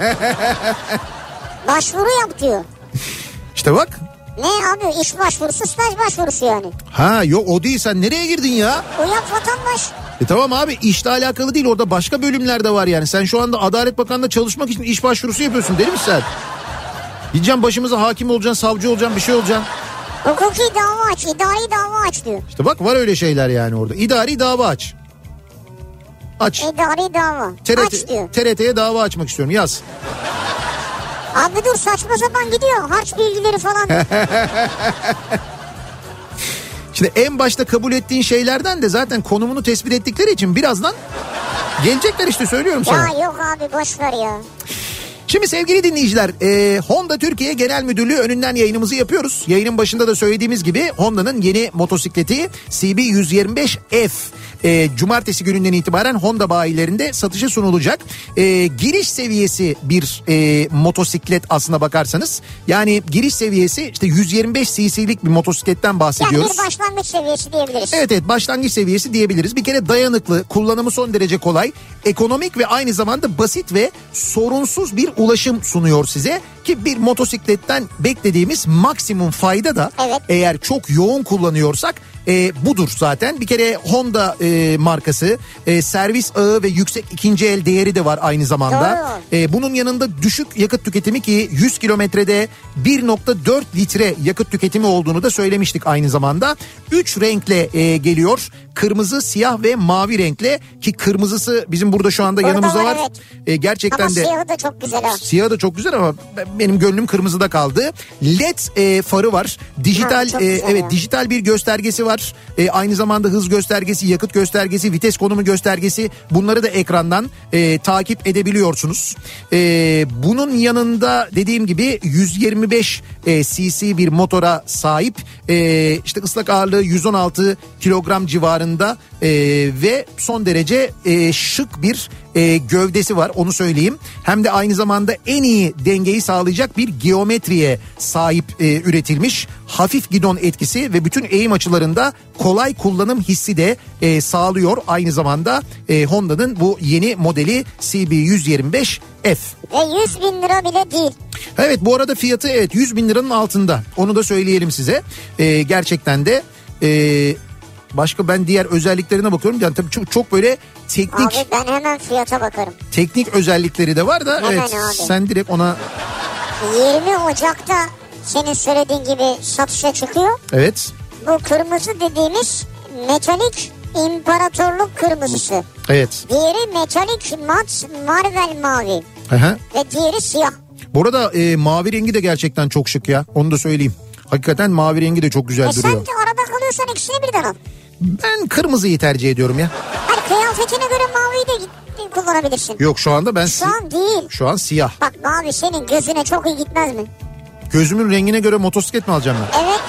Başvuru yap diyor. İşte bak. Ne abi, iş başvurusu, staj başvurusu yani. Ha yok, o değil, sen nereye girdin ya? Uyap vatandaş. E tamam abi, işle alakalı değil, orada başka bölümler de var yani. Sen şu anda Adalet Bakanlığı'nda çalışmak için iş başvurusu yapıyorsun, deli misin sen? Gideceksin başımıza hakim olacaksın, savcı olacaksın, bir şey olacaksın. Hukuki dava aç, idari dava aç diyor. İşte bak, var öyle şeyler yani orada. İdari dava aç. Aç. İdari dava. T R T, aç diyor. T R T'ye dava açmak istiyorum, yaz. Abi dur, saçma sapan gidiyor. Harç bilgileri falan. Şimdi en başta kabul ettiğin şeylerden de zaten konumunu tespit ettikleri için birazdan gelecekler işte, söylüyorum sana. Ya yok abi, boş ver ya. Şimdi sevgili dinleyiciler, e, Honda Türkiye Genel Müdürlüğü önünden yayınımızı yapıyoruz. Yayının başında da söylediğimiz gibi Honda'nın yeni motosikleti C B yüz yirmi beş F e, cumartesi gününden itibaren Honda bayilerinde satışa sunulacak. E, giriş seviyesi bir e, motosiklet aslına bakarsanız. Yani giriş seviyesi işte yüz yirmi beş cc'lik bir motosikletten bahsediyoruz. Yani bir başlangıç seviyesi diyebiliriz. Evet evet, başlangıç seviyesi diyebiliriz. Bir kere dayanıklı, kullanımı son derece kolay, ekonomik ve aynı zamanda basit ve sorunsuz bir ulaşım sunuyor size. Ki bir motosikletten beklediğimiz maksimum fayda da evet, eğer çok yoğun kullanıyorsak e, budur zaten. Bir kere Honda e, markası, e, servis ağı ve yüksek ikinci el değeri de var aynı zamanda. E, bunun yanında düşük yakıt tüketimi, ki yüz kilometrede bir nokta dört litre yakıt tüketimi olduğunu da söylemiştik aynı zamanda. üç renkle e, geliyor. Kırmızı, siyah ve mavi renkle, ki kırmızısı bizim burada şu anda burada yanımızda var. var. Evet. E, gerçekten ama de. Ama siyahı da çok güzel ha. Siyahı da çok güzel ama benim gönlüm kırmızıda kaldı. L E D e, farı var. Dijital ha, e, evet ya. dijital bir göstergesi var. E, aynı zamanda hız göstergesi, yakıt göstergesi, vites konumu göstergesi, bunları da ekrandan e, takip edebiliyorsunuz. E, bunun yanında dediğim gibi yüz yirmi beş e, cc bir motora sahip. E, işte ıslak ağırlığı yüz on altı kilogram civarında e, ve son derece e, şık bir e, gövdesi var, onu söyleyeyim. Hem de aynı zamanda en iyi dengeyi sağlayacak bir geometriye sahip e, üretilmiş. Hafif gidon etkisi ve bütün eğim açılarında kolay kullanım hissi de e, sağlıyor. Aynı zamanda e, Honda'nın bu yeni modeli C B yüz yirmi beş F. Ve yüz bin lira bile değil. Evet, bu arada fiyatı evet yüz bin liranın altında. Onu da söyleyelim size. E, gerçekten de e, başka ben diğer özelliklerine bakıyorum. Yani tabii çok, çok böyle teknik. Abi ben hemen fiyata bakarım. Teknik özellikleri de var da hemen evet abi. Sen direkt ona. yirmi Ocak'ta senin söylediğin gibi satışa çıkıyor. Evet. Bu kırmızı dediğimiz metalik imparatorluk kırmızısı. Evet. Diğeri metalik mat marvel mavi. Aha. Ve diğeri siyah. Bu arada e, mavi rengi de gerçekten çok şık ya. Onu da söyleyeyim. Hakikaten mavi rengi de çok güzel e duruyor. Sen de arada kalıyorsan ikisini birden al. Ben kırmızıyı tercih ediyorum ya. Hayır, kıyafetine göre maviyi de kullanabilirsin. Yok, şu anda ben... Şu si- an değil. Şu an siyah. Bak mavi senin gözüne çok iyi gitmez mi? Gözümün rengine göre motosiklet mi alacağım ben? Evet.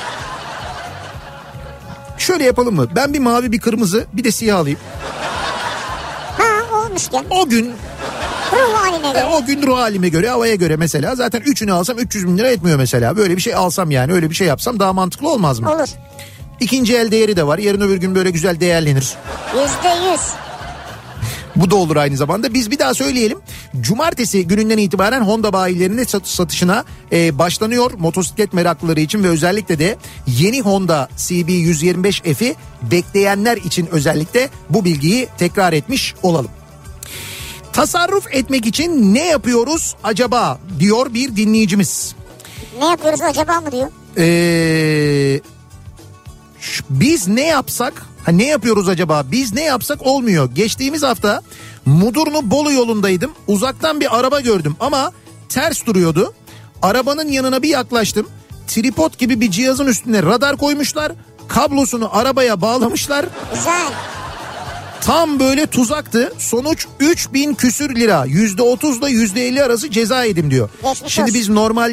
Şöyle yapalım mı? Ben bir mavi, bir kırmızı, bir de siyah alayım. Ha, olmuşken. O gün... Ruh haline göre. O gün ruh halime göre, havaya göre mesela. Zaten üçünü alsam üç yüz bin lira etmiyor mesela. Böyle bir şey alsam, yani öyle bir şey yapsam daha mantıklı olmaz mı? Olur. İkinci el değeri de var. Yarın öbür gün böyle güzel değerlenir. Yüzde yüz. Bu da olur aynı zamanda. Biz bir daha söyleyelim. Cumartesi gününden itibaren Honda bayilerinde satışına e, başlanıyor. Motosiklet meraklıları için ve özellikle de yeni Honda C B yüz yirmi beş F'i bekleyenler için özellikle bu bilgiyi tekrar etmiş olalım. Tasarruf etmek için ne yapıyoruz acaba diyor bir dinleyicimiz. Ne yapıyoruz acaba mı diyor? Eee... Biz ne yapsak, ha ne yapıyoruz acaba? Biz ne yapsak olmuyor. Geçtiğimiz hafta Mudurnu Bolu yolundaydım. Uzaktan bir araba gördüm ama ters duruyordu. Arabanın yanına bir yaklaştım. Tripod gibi bir cihazın üstüne radar koymuşlar. Kablosunu arabaya bağlamışlar. Güzel. Tam böyle tuzaktı. Sonuç üç bin küsür lira. yüzde otuzla yüzde elli arası ceza yedim diyor. Geçmiş Şimdi olsun. biz normalde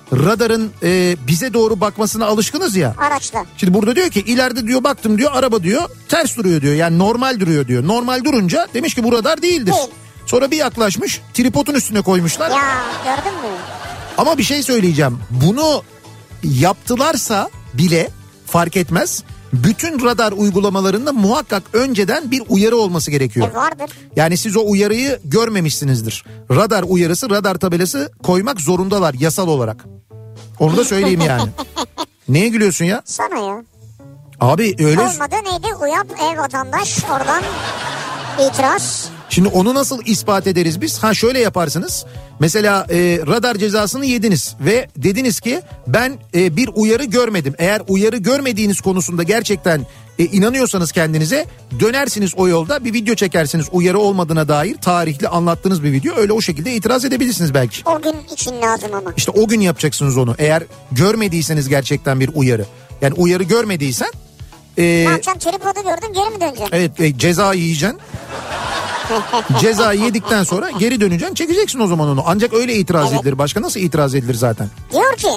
radarın e, bize doğru bakmasına alışkınız ya. Araçla. Şimdi burada diyor ki ileride diyor baktım diyor araba diyor ters duruyor diyor. Yani normal duruyor diyor. Normal durunca demiş ki bu radar değildir. Değil. Sonra bir yaklaşmış tripodun üstüne koymuşlar. Ya gördün mü? Ama bir şey söyleyeceğim. Bunu yaptılarsa bile fark etmez. Bütün radar uygulamalarında muhakkak önceden bir uyarı olması gerekiyor. E vardır. Yani siz o uyarıyı görmemişsinizdir. Radar uyarısı, radar tabelası koymak zorundalar yasal olarak. Onu da söyleyeyim yani. Neye gülüyorsun ya? Sana ya. Abi öyle... Olmadı neydi? Uyap ev vatandaş oradan itiraz. Şimdi onu nasıl ispat ederiz biz? Ha şöyle yaparsınız. Mesela e, radar cezasını yediniz ve dediniz ki ben e, bir uyarı görmedim. Eğer uyarı görmediğiniz konusunda gerçekten e, inanıyorsanız kendinize dönersiniz o yolda bir video çekersiniz uyarı olmadığına dair tarihli anlattığınız bir video. Öyle o şekilde itiraz edebilirsiniz belki. O gün için lazım ama. İşte o gün yapacaksınız onu eğer görmediyseniz gerçekten bir uyarı. Yani uyarı görmediysen. E, ne yapacaksın tripodu gördün geri mi döneceksin? Evet e, ceza yiyeceksin. Ceza yedikten sonra geri döneceksin çekeceksin o zaman onu. Ancak öyle itiraz evet. edilir. Başka nasıl itiraz edilir zaten? Diyor ki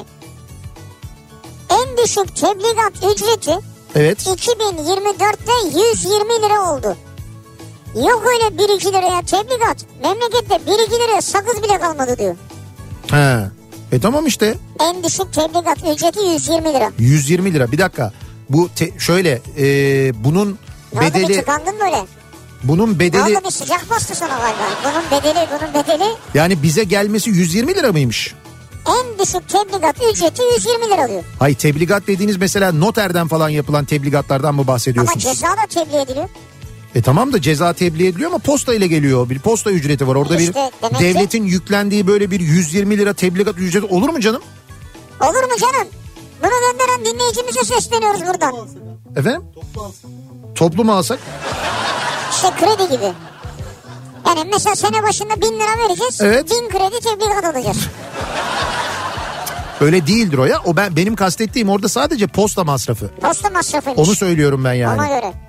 en düşük tebligat ücreti evet. iki bin yirmi dörtte yüz yirmi lira oldu. Yok öyle bir iki liraya tebligat. Memlekette bir iki liraya sakız bile kalmadı diyor. He. E tamam işte. En düşük tebligat ücreti yüz yirmi lira. yüz yirmi lira bir dakika. Bu te- şöyle e, bunun ne bedeli. oldu bir tıkandın böyle? Bunun bedeli... Ne oldu bir sıcak bastı sana galiba. Bunun bedeli bunun bedeli... Yani bize gelmesi yüz yirmi lira mıymış? En düşük tebligat ücreti yüz yirmi lira alıyor. Hayır tebligat dediğiniz mesela noterden falan yapılan tebligatlardan mı bahsediyorsunuz? Ama ceza da tebliğ ediliyor. E tamam da ceza tebliğ ediliyor ama posta ile geliyor. Bir posta ücreti var. Orada işte, bir devletin ki... yüklendiği böyle bir yüz yirmi lira tebligat ücreti olur mu canım? Olur mu canım? Bunu gönderen dinleyicimize sesleniyoruz buradan. Efendim? Toplu mu alsak? İşte kredi gibi. Yani mesela sene başında bin lira vereceğiz. Evet. Bin kredi tebligat alacağız. Öyle değildir o ya. O ben benim kastettiğim orada sadece posta masrafı. Posta masrafıymış. Onu söylüyorum ben yani. Ona göre.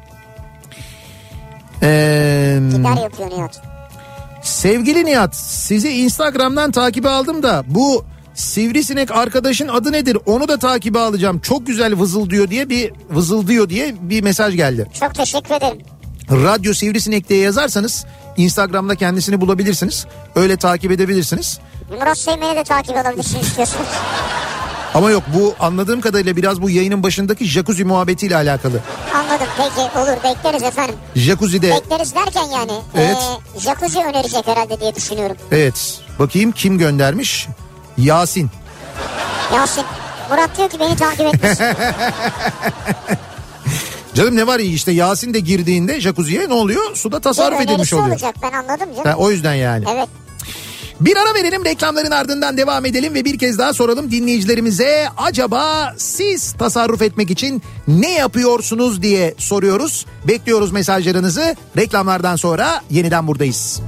Ee, Gider yapıyor Nihat. Sevgili Nihat, sizi Instagram'dan takibe aldım da bu sivrisinek arkadaşın adı nedir? Onu da takibe alacağım. Çok güzel vızıldıyor diye bir vızıldıyor diye bir mesaj geldi. Çok teşekkür ederim. Radyo Sivrisinek diye yazarsanız Instagram'da kendisini bulabilirsiniz. Öyle takip edebilirsiniz. Murat Seymen'i de takip edebilirsiniz istiyorsunuz. Ama yok bu anladığım kadarıyla biraz bu yayının başındaki jacuzzi muhabbetiyle alakalı. Anladım peki olur bekleriz efendim. Jacuzzi'de. Bekleriz derken yani. Evet. E, jacuzzi önerecek herhalde diye düşünüyorum. Evet bakayım kim göndermiş? Yasin. Yasin. Murat diyor ki beni takip etmesin. Canım ne var ya işte Yasin de girdiğinde jacuzziye ne oluyor? Suda tasarruf edilmiş oluyor. olacak ben anladım canım. Ha, o yüzden yani. Evet. Bir ara verelim reklamların ardından devam edelim ve bir kez daha soralım dinleyicilerimize acaba siz tasarruf etmek için ne yapıyorsunuz diye soruyoruz. Bekliyoruz mesajlarınızı reklamlardan sonra yeniden buradayız.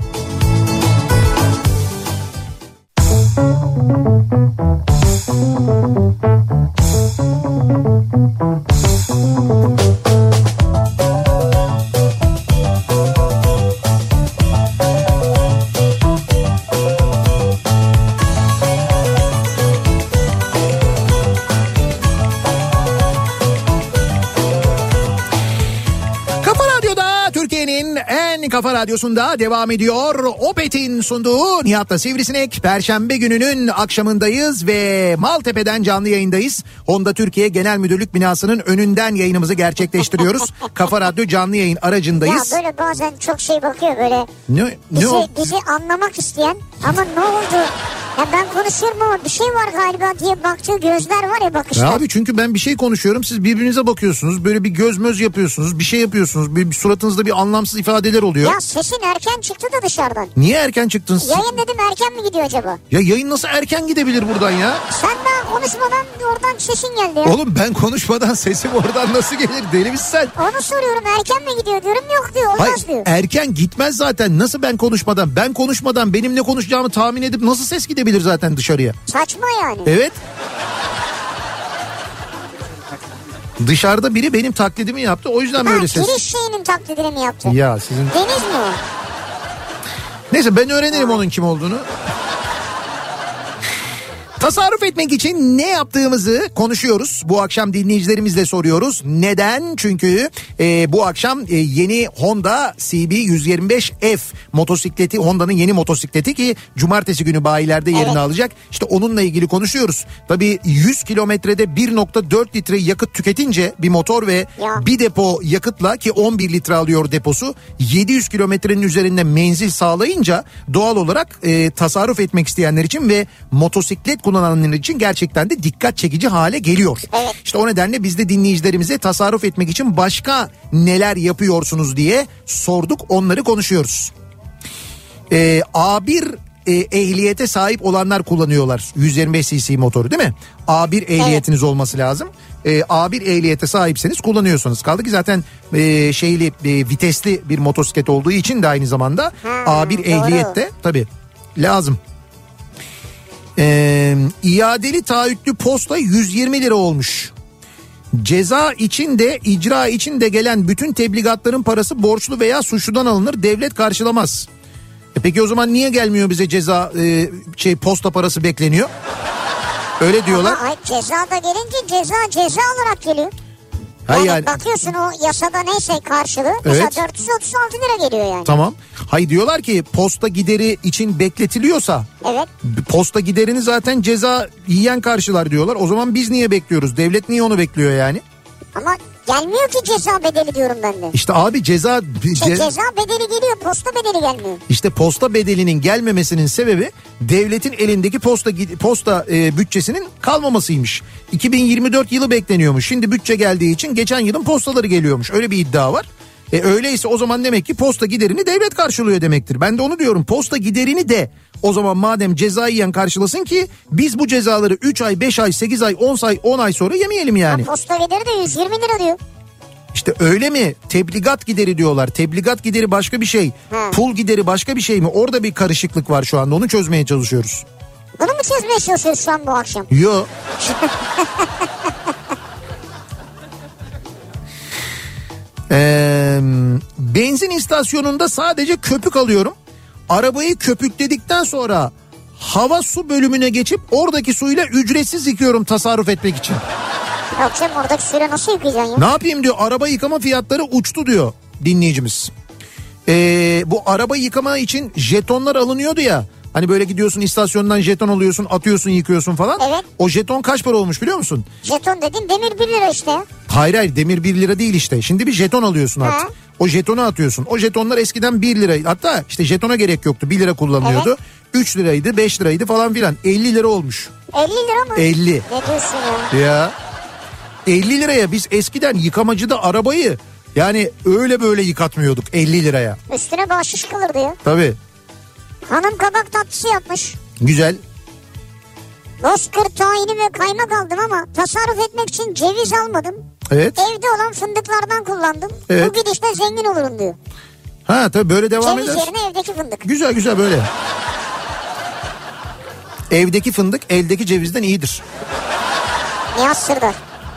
Kafa Radyosu'nda devam ediyor. Opet'in sunduğu Nihat'la Sivrisinek. Perşembe gününün akşamındayız ve Maltepe'den canlı yayındayız. Honda Türkiye Genel Müdürlük binasının önünden yayınımızı gerçekleştiriyoruz. Kafa Radyo canlı yayın aracındayız. Ya böyle bazen çok şey bakıyor böyle. Ne, ne bizi, o? bizi anlamak isteyen ama ne oldu? Ya ben konuşuyorum ama bir şey var galiba diye baktığı gözler var ya bakışlar. Ya abi çünkü ben bir şey konuşuyorum siz birbirinize bakıyorsunuz. Böyle bir göz möz yapıyorsunuz. Bir şey yapıyorsunuz. Bir, bir suratınızda bir anlamsız ifadeler oluyor. Ya sesin erken çıktı da dışarıdan. Niye erken çıktın? Yayın dedim erken mi gidiyor acaba? Ya yayın nasıl erken gidebilir buradan ya? Sen daha konuşmadan oradan sesin geldi ya. Oğlum ben konuşmadan sesim oradan nasıl gelir? Deli misin sen? Onu soruyorum erken mi gidiyor diyorum yok diyor olmaz Hayır, diyor. Erken gitmez zaten nasıl ben konuşmadan? Ben konuşmadan benim ne konuşacağımı tahmin edip nasıl ses gidebilir zaten dışarıya? Saçma yani. Evet. Dışarıda biri benim taklidimi yaptı o yüzden ha, böyle ses. Giriş şeyinin taklidini mi yaptı? Ya sizin. Deniz mi o? Neyse ben öğrenirim ha. Onun kim olduğunu. Tasarruf etmek için ne yaptığımızı konuşuyoruz. Bu akşam dinleyicilerimizle soruyoruz. Neden? Çünkü e, bu akşam e, yeni Honda C B yüz yirmi beş F motosikleti, Honda'nın yeni motosikleti ki cumartesi günü bayilerde yerini evet. alacak. İşte onunla ilgili konuşuyoruz. Tabii yüz kilometrede bir nokta dört litre yakıt tüketince bir motor ve ya. bir depo yakıtla, ki on bir litre alıyor deposu, yedi yüz kilometrenin üzerinde menzil sağlayınca doğal olarak e, tasarruf etmek isteyenler için ve motosiklet kullananlar için gerçekten de dikkat çekici hale geliyor. Evet. İşte o nedenle biz de dinleyicilerimize tasarruf etmek için başka neler yapıyorsunuz diye sorduk, onları konuşuyoruz. Ee, A bir e, ehliyete sahip olanlar kullanıyorlar yüz yirmi beş cc motoru, değil mi? A bir ehliyetiniz evet. olması lazım. Ee, A bir ehliyete sahipseniz kullanıyorsunuz. Kaldı ki zaten e, şeyli e, vitesli bir motosiklet olduğu için de aynı zamanda hmm, A bir ehliyet de tabii lazım. Ee, iadeli taahhütlü posta yüz yirmi lira olmuş. Ceza için de icra için de gelen bütün tebligatların parası borçlu veya suçludan alınır, devlet karşılamaz. E peki o zaman niye gelmiyor bize ceza e, şey posta parası bekleniyor? Öyle diyorlar. Ama ceza da gelince ceza ceza olarak geliyor. Yani, yani bakıyorsun o yasada neyse karşılığı evet. mesela dört yüz otuz altı lira geliyor yani. Tamam. Hayır, diyorlar ki posta gideri için bekletiliyorsa evet. posta giderini zaten ceza yiyen karşılar diyorlar. O zaman biz niye bekliyoruz? Devlet niye onu bekliyor yani? Ama gelmiyor ki ceza bedeli diyorum ben de. İşte abi ceza... Şey, ce... Ceza bedeli geliyor, posta bedeli gelmiyor. İşte posta bedelinin gelmemesinin sebebi devletin elindeki posta posta e, bütçesinin kalmamasıymış. iki bin yirmi dört yılı bekleniyormuş. Şimdi bütçe geldiği için geçen yılın postaları geliyormuş. Öyle bir iddia var. E, öyleyse o zaman demek ki posta giderini devlet karşılıyor demektir. Ben de onu diyorum. Posta giderini de o zaman madem ceza yiyen karşılasın ki biz bu cezaları üç ay, beş ay, sekiz ay, on ay, on ay sonra yemeyelim yani. Ha, posta gideri de yüz yirmi lira diyor. İşte öyle mi? Tebligat gideri diyorlar. Tebligat gideri başka bir şey. Ha. Pul gideri başka bir şey mi? Orada bir karışıklık var şu anda. Onu çözmeye çalışıyoruz. Bunu mu çözmeye çalışıyoruz şu an bu akşam? Yok. Ee, benzin istasyonunda sadece köpük alıyorum. Arabayı köpükledikten sonra hava su bölümüne geçip oradaki suyla ücretsiz yıkıyorum tasarruf etmek için. Yok canım, oradaki suyla nasıl yıkayacaksın ya? Ne yapayım diyor, araba yıkama fiyatları uçtu diyor dinleyicimiz. Ee, bu araba yıkama için jetonlar alınıyordu ya. Hani böyle gidiyorsun istasyondan jeton alıyorsun, atıyorsun, yıkıyorsun falan. Evet. O jeton kaç para olmuş biliyor musun? Jeton dedin demir bir lira işte. Hayır hayır, demir bir lira değil işte. Şimdi bir jeton alıyorsun artık. Ha. O jetonu atıyorsun. O jetonlar eskiden bir liraydı. Hatta işte jetona gerek yoktu. bir lira kullanılıyordu. Evet. üç liraydı, beş liraydı falan filan. elli lira olmuş. elli lira mı? elli. Ne diyorsun ya? Ya. elli liraya biz eskiden yıkamacıda arabayı yani öyle böyle yıkatmıyorduk elli liraya. Üstüne bahşiş kalırdı ya. Tabii. Hanım kabak tatlısı yapmış. Güzel. Bozkır tayini ve kaymak aldım ama tasarruf etmek için ceviz almadım. Evet. Evde olan fındıklardan kullandım. Evet. Bu gidişle zengin olurum diyor. Ha tabii böyle devam ceviz eder. Ceviz yerine evdeki fındık. Güzel güzel böyle. Evdeki fındık eldeki cevizden iyidir. Nihat Sırdar.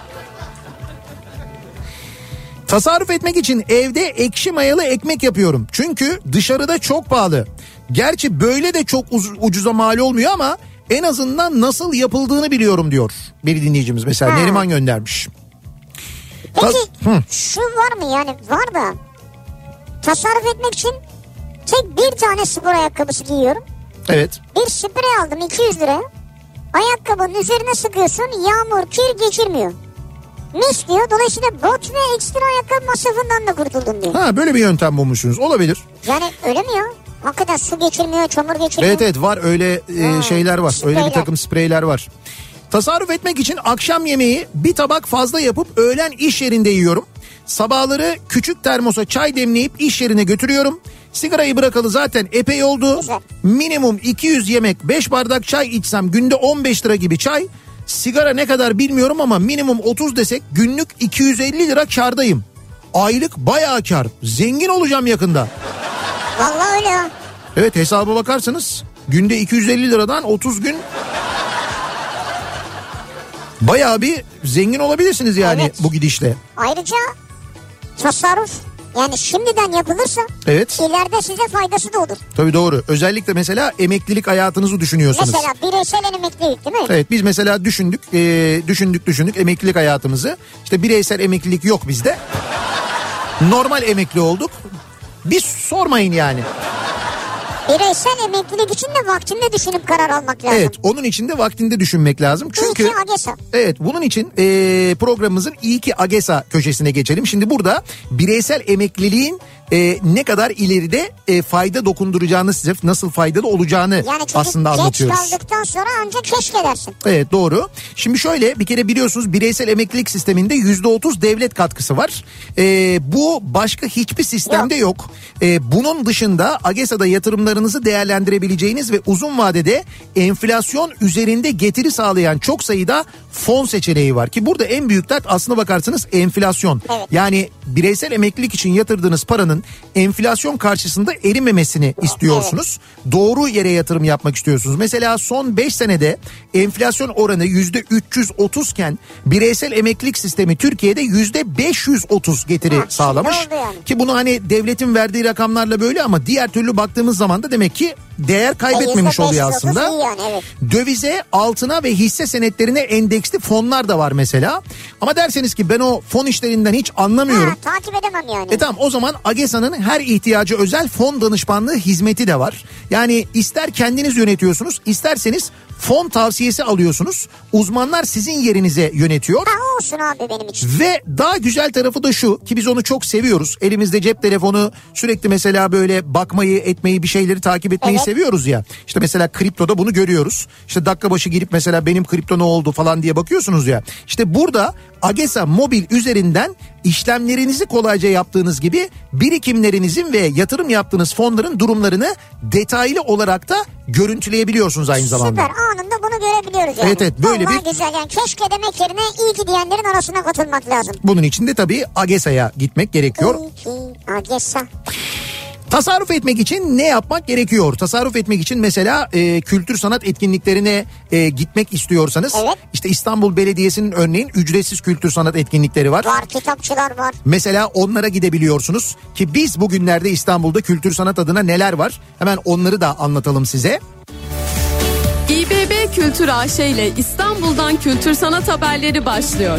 Tasarruf etmek için evde ekşi mayalı ekmek yapıyorum. Çünkü dışarıda çok pahalı. Gerçi böyle de çok uz- ucuza mal olmuyor ama en azından nasıl yapıldığını biliyorum diyor bir dinleyicimiz. Mesela ha. Neriman göndermiş. Peki Ta- şu var mı yani, var da tasarruf etmek için tek bir tane spor ayakkabısı giyiyorum. Evet. Bir sprey aldım iki yüz liraya. Ayakkabının üzerine sıkıyorsun, yağmur kir geçirmiyor. Mis diyor. Dolayısıyla bot ve ekstra ayakkabı masrafından da kurtuldum diyor. Ha, böyle bir yöntem bulmuşsunuz. Olabilir. Yani öyle mi ya? Hakikaten su geçirmiyor, çamur geçirmiyor. Evet evet, var öyle e, ha, şeyler var. Spreyler. Öyle bir takım spreyler var. Tasarruf etmek için akşam yemeği bir tabak fazla yapıp öğlen iş yerinde yiyorum. Sabahları küçük termosa çay demleyip iş yerine götürüyorum. Sigarayı bırakalı zaten epey oldu. Güzel. Minimum iki yüz yemek, beş bardak çay içsem günde on beş lira gibi çay. Sigara ne kadar bilmiyorum ama minimum otuz desek günlük iki yüz elli lira kârdayım. Aylık bayağı kâr. Zengin olacağım yakında. Vallahi öyle ya. Evet, hesaba bakarsanız günde iki yüz elli liradan otuz gün bayağı bir zengin olabilirsiniz yani evet. Bu gidişle. Ayrıca tasarruf Yani şimdiden yapılırsa evet. ileride size faydası da olur. Tabii doğru. Özellikle mesela emeklilik hayatınızı düşünüyorsunuz. Mesela bireysel emeklilik değil mi? Evet, biz mesela düşündük, e, düşündük düşündük emeklilik hayatımızı. İşte bireysel emeklilik yok bizde. Normal emekli olduk. Biz sormayın yani. Bireysel emeklilik için de vaktinde düşünüp karar almak lazım. Evet, onun için de vaktinde düşünmek lazım. Çünkü İyi ki AGESA. Evet, bunun için e, programımızın iyi ki AGESA köşesine geçelim. Şimdi burada bireysel emekliliğin e, ne kadar ileride e, fayda dokunduracağını, size nasıl faydalı olacağını yani aslında anlatıyoruz. Yani geç kaldıktan sonra ancak keşke dersin. Evet, doğru. Şimdi şöyle, bir kere biliyorsunuz bireysel emeklilik sisteminde yüzde otuz devlet katkısı var. E, bu başka hiçbir sistemde yok. yok. E, bunun dışında AGESA'da yatırımlarınızı değerlendirebileceğiniz ve uzun vadede enflasyon üzerinde getiri sağlayan çok sayıda fon seçeneği var. Ki burada en büyük dert aslına bakarsanız enflasyon. Evet. Yani bireysel emeklilik için yatırdığınız paranın enflasyon karşısında erimemesini istiyorsunuz. Evet. Doğru yere yatırım yapmak istiyorsunuz. Mesela son beş senede enflasyon oranı yüzde üç yüz otuz iken bireysel emeklilik sistemi Türkiye'de yüzde beş yüz otuz getiri ha, sağlamış. Yani. Ki bunu hani devletin verdiği rakamlarla böyle ama diğer türlü baktığımız zaman da demek ki değer kaybetmemiş e oluyor aslında. Yani, evet. Dövize, altına ve hisse senetlerine endeksli fonlar da var mesela. Ama derseniz ki ben o fon işlerinden hiç anlamıyorum. Ha, takip edemem yani. E tamam, o zaman AGESA'nın her ihtiyacı özel fon danışmanlığı hizmeti de var. Yani ister kendiniz yönetiyorsunuz, isterseniz fon tavsiyesi alıyorsunuz. Uzmanlar sizin yerinize yönetiyor. Ha, olsun abi benim için. Ve daha güzel tarafı da şu, ki biz onu çok seviyoruz. Elimizde cep telefonu, sürekli mesela böyle bakmayı, etmeyi, bir şeyleri takip etmeyi evet. seviyoruz ya. İşte mesela kriptoda bunu görüyoruz. İşte dakika başı girip mesela benim kripto ne oldu falan diye bakıyorsunuz ya. İşte burada AGESA Mobil üzerinden işlemlerinizi kolayca yaptığınız gibi birikimlerinizin ve yatırım yaptığınız fonların durumlarını detaylı olarak da görüntüleyebiliyorsunuz aynı zamanda. Süper, anında bunu görebiliyoruz yani. Evet evet, böyle vallahi bir... güzel yani, keşke demek yerine iyi ki diyenlerin arasına katılmak lazım. Bunun için de tabii AGESA'ya gitmek gerekiyor. İyi ki AGESA. Tasarruf etmek için ne yapmak gerekiyor? Tasarruf etmek için mesela e, kültür sanat etkinliklerine e, gitmek istiyorsanız, evet. işte İstanbul Belediyesi'nin örneğin ücretsiz kültür sanat etkinlikleri var. Var, kitapçılar var. Mesela onlara gidebiliyorsunuz ki biz bugünlerde İstanbul'da kültür sanat adına neler var? Hemen onları da anlatalım size. İ B B Kültür A Ş ile İstanbul'dan kültür sanat haberleri başlıyor.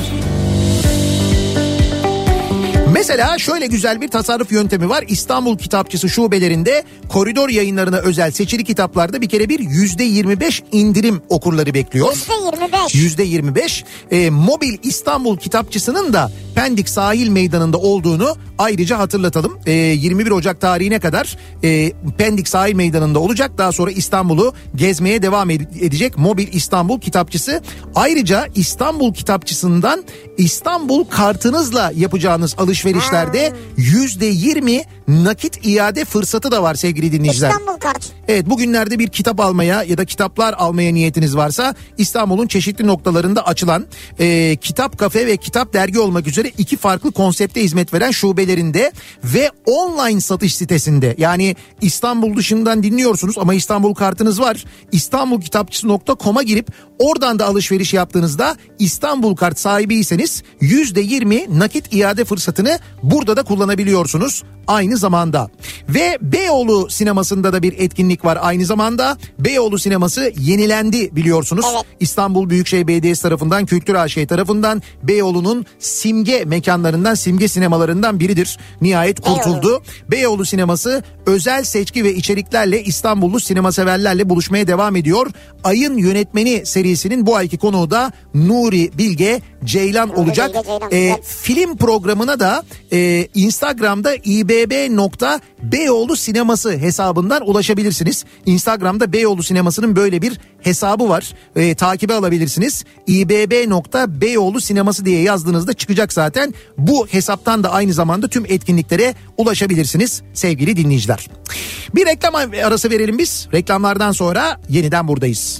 Mesela şöyle güzel bir tasarruf yöntemi var. İstanbul Kitapçısı şubelerinde koridor yayınlarına özel seçili kitaplarda bir kere bir yüzde yirmi beş indirim okurları bekliyor. Yüzde yirmi beş. Yüzde yirmi beş. E, Mobil İstanbul Kitapçısı'nın da Pendik Sahil Meydanı'nda olduğunu ayrıca hatırlatalım. E, yirmi bir Ocak tarihine kadar e, Pendik Sahil Meydanı'nda olacak. Daha sonra İstanbul'u gezmeye devam edecek Mobil İstanbul Kitapçısı. Ayrıca İstanbul Kitapçısı'ndan İstanbul kartınızla yapacağınız alışverişlerde yüzde yirmi nakit iade fırsatı da var sevgili dinleyiciler. İstanbul kart. Evet, bugünlerde bir kitap almaya ya da kitaplar almaya niyetiniz varsa İstanbul'un çeşitli noktalarında açılan e, kitap kafe ve kitap dergi olmak üzere iki farklı konsepte hizmet veren şubelerinde ve online satış sitesinde, yani İstanbul dışından dinliyorsunuz ama İstanbul kartınız var. İstanbul Kitapçısı nokta com'a girip oradan da alışveriş yaptığınızda İstanbul kart sahibiyseniz yüzde yirmi nakit iade fırsatını burada da kullanabiliyorsunuz aynı zamanda. Ve Beyoğlu sinemasında da bir etkinlik var aynı zamanda. Beyoğlu sineması yenilendi biliyorsunuz. Evet. İstanbul Büyükşehir Belediyesi tarafından, Kültür A Ş tarafından Beyoğlu'nun simge mekanlarından, simge sinemalarından biridir. Nihayet kurtuldu. Beyoğlu. Beyoğlu sineması özel seçki ve içeriklerle İstanbullu sinema severlerle buluşmaya devam ediyor. Ayın Yönetmeni serisinin bu ayki konuğu da Nuri Bilge Ceylan Nuri olacak. Bilge Ceylan, ee, evet. Film programına da e, Instagram'da İ B B nokta Beyoğlu Sineması hesabından ulaşabilirsiniz. Instagram'da Beyoğlu Sineması'nın böyle bir hesabı var. E, takibe alabilirsiniz. İ B B nokta Beyoğlu Sineması diye yazdığınızda çıkacak zaten. Bu hesaptan da aynı zamanda tüm etkinliklere ulaşabilirsiniz sevgili dinleyiciler. Bir reklam arası verelim biz. Reklamlardan sonra yeniden buradayız.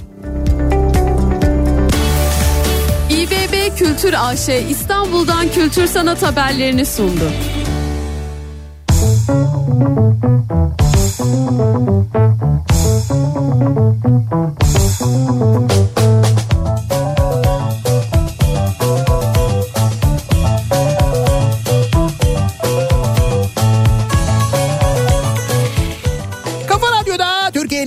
İ B B Kültür A Ş İstanbul'dan kültür sanat haberlerini sundu.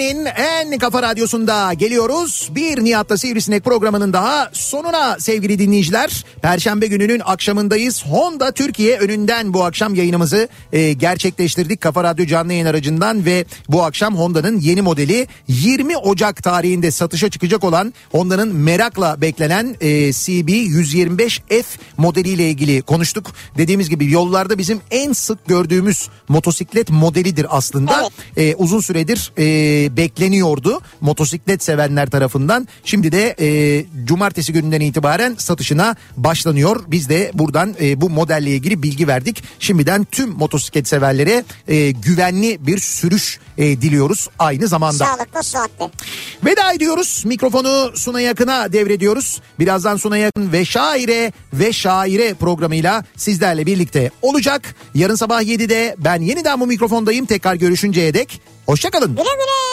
Türkiye'nin en kafa radyosunda geliyoruz. Bir Nihat'ta Sivrisinek programının daha sonuna sevgili dinleyiciler. Perşembe gününün akşamındayız. Honda Türkiye önünden bu akşam yayınımızı e, gerçekleştirdik. Kafa Radyo canlı yayın aracından ve bu akşam Honda'nın yeni modeli yirmi Ocak tarihinde satışa çıkacak olan Honda'nın merakla beklenen e, C B yüz yirmi beş F modeliyle ilgili konuştuk. Dediğimiz gibi yollarda bizim en sık gördüğümüz motosiklet modelidir aslında. Evet. E, uzun süredir e, bekleniyordu motosiklet sevenler tarafından. Şimdi de e, cumartesi gününden itibaren satışına başlanıyor. Biz de buradan e, bu modelle ilgili bilgi verdik. Şimdiden tüm motosiklet severlere e, güvenli bir sürüş e, diliyoruz aynı zamanda. Sağlıklı sıhhatli. Veda ediyoruz. Mikrofonu Suna Yakın'a devrediyoruz. Birazdan Suna Yakın ve Şaire ve Şaire programıyla sizlerle birlikte olacak. Yarın sabah yedide ben yeniden bu mikrofondayım. Tekrar görüşünceye dek hoşça kalın. Güle güle.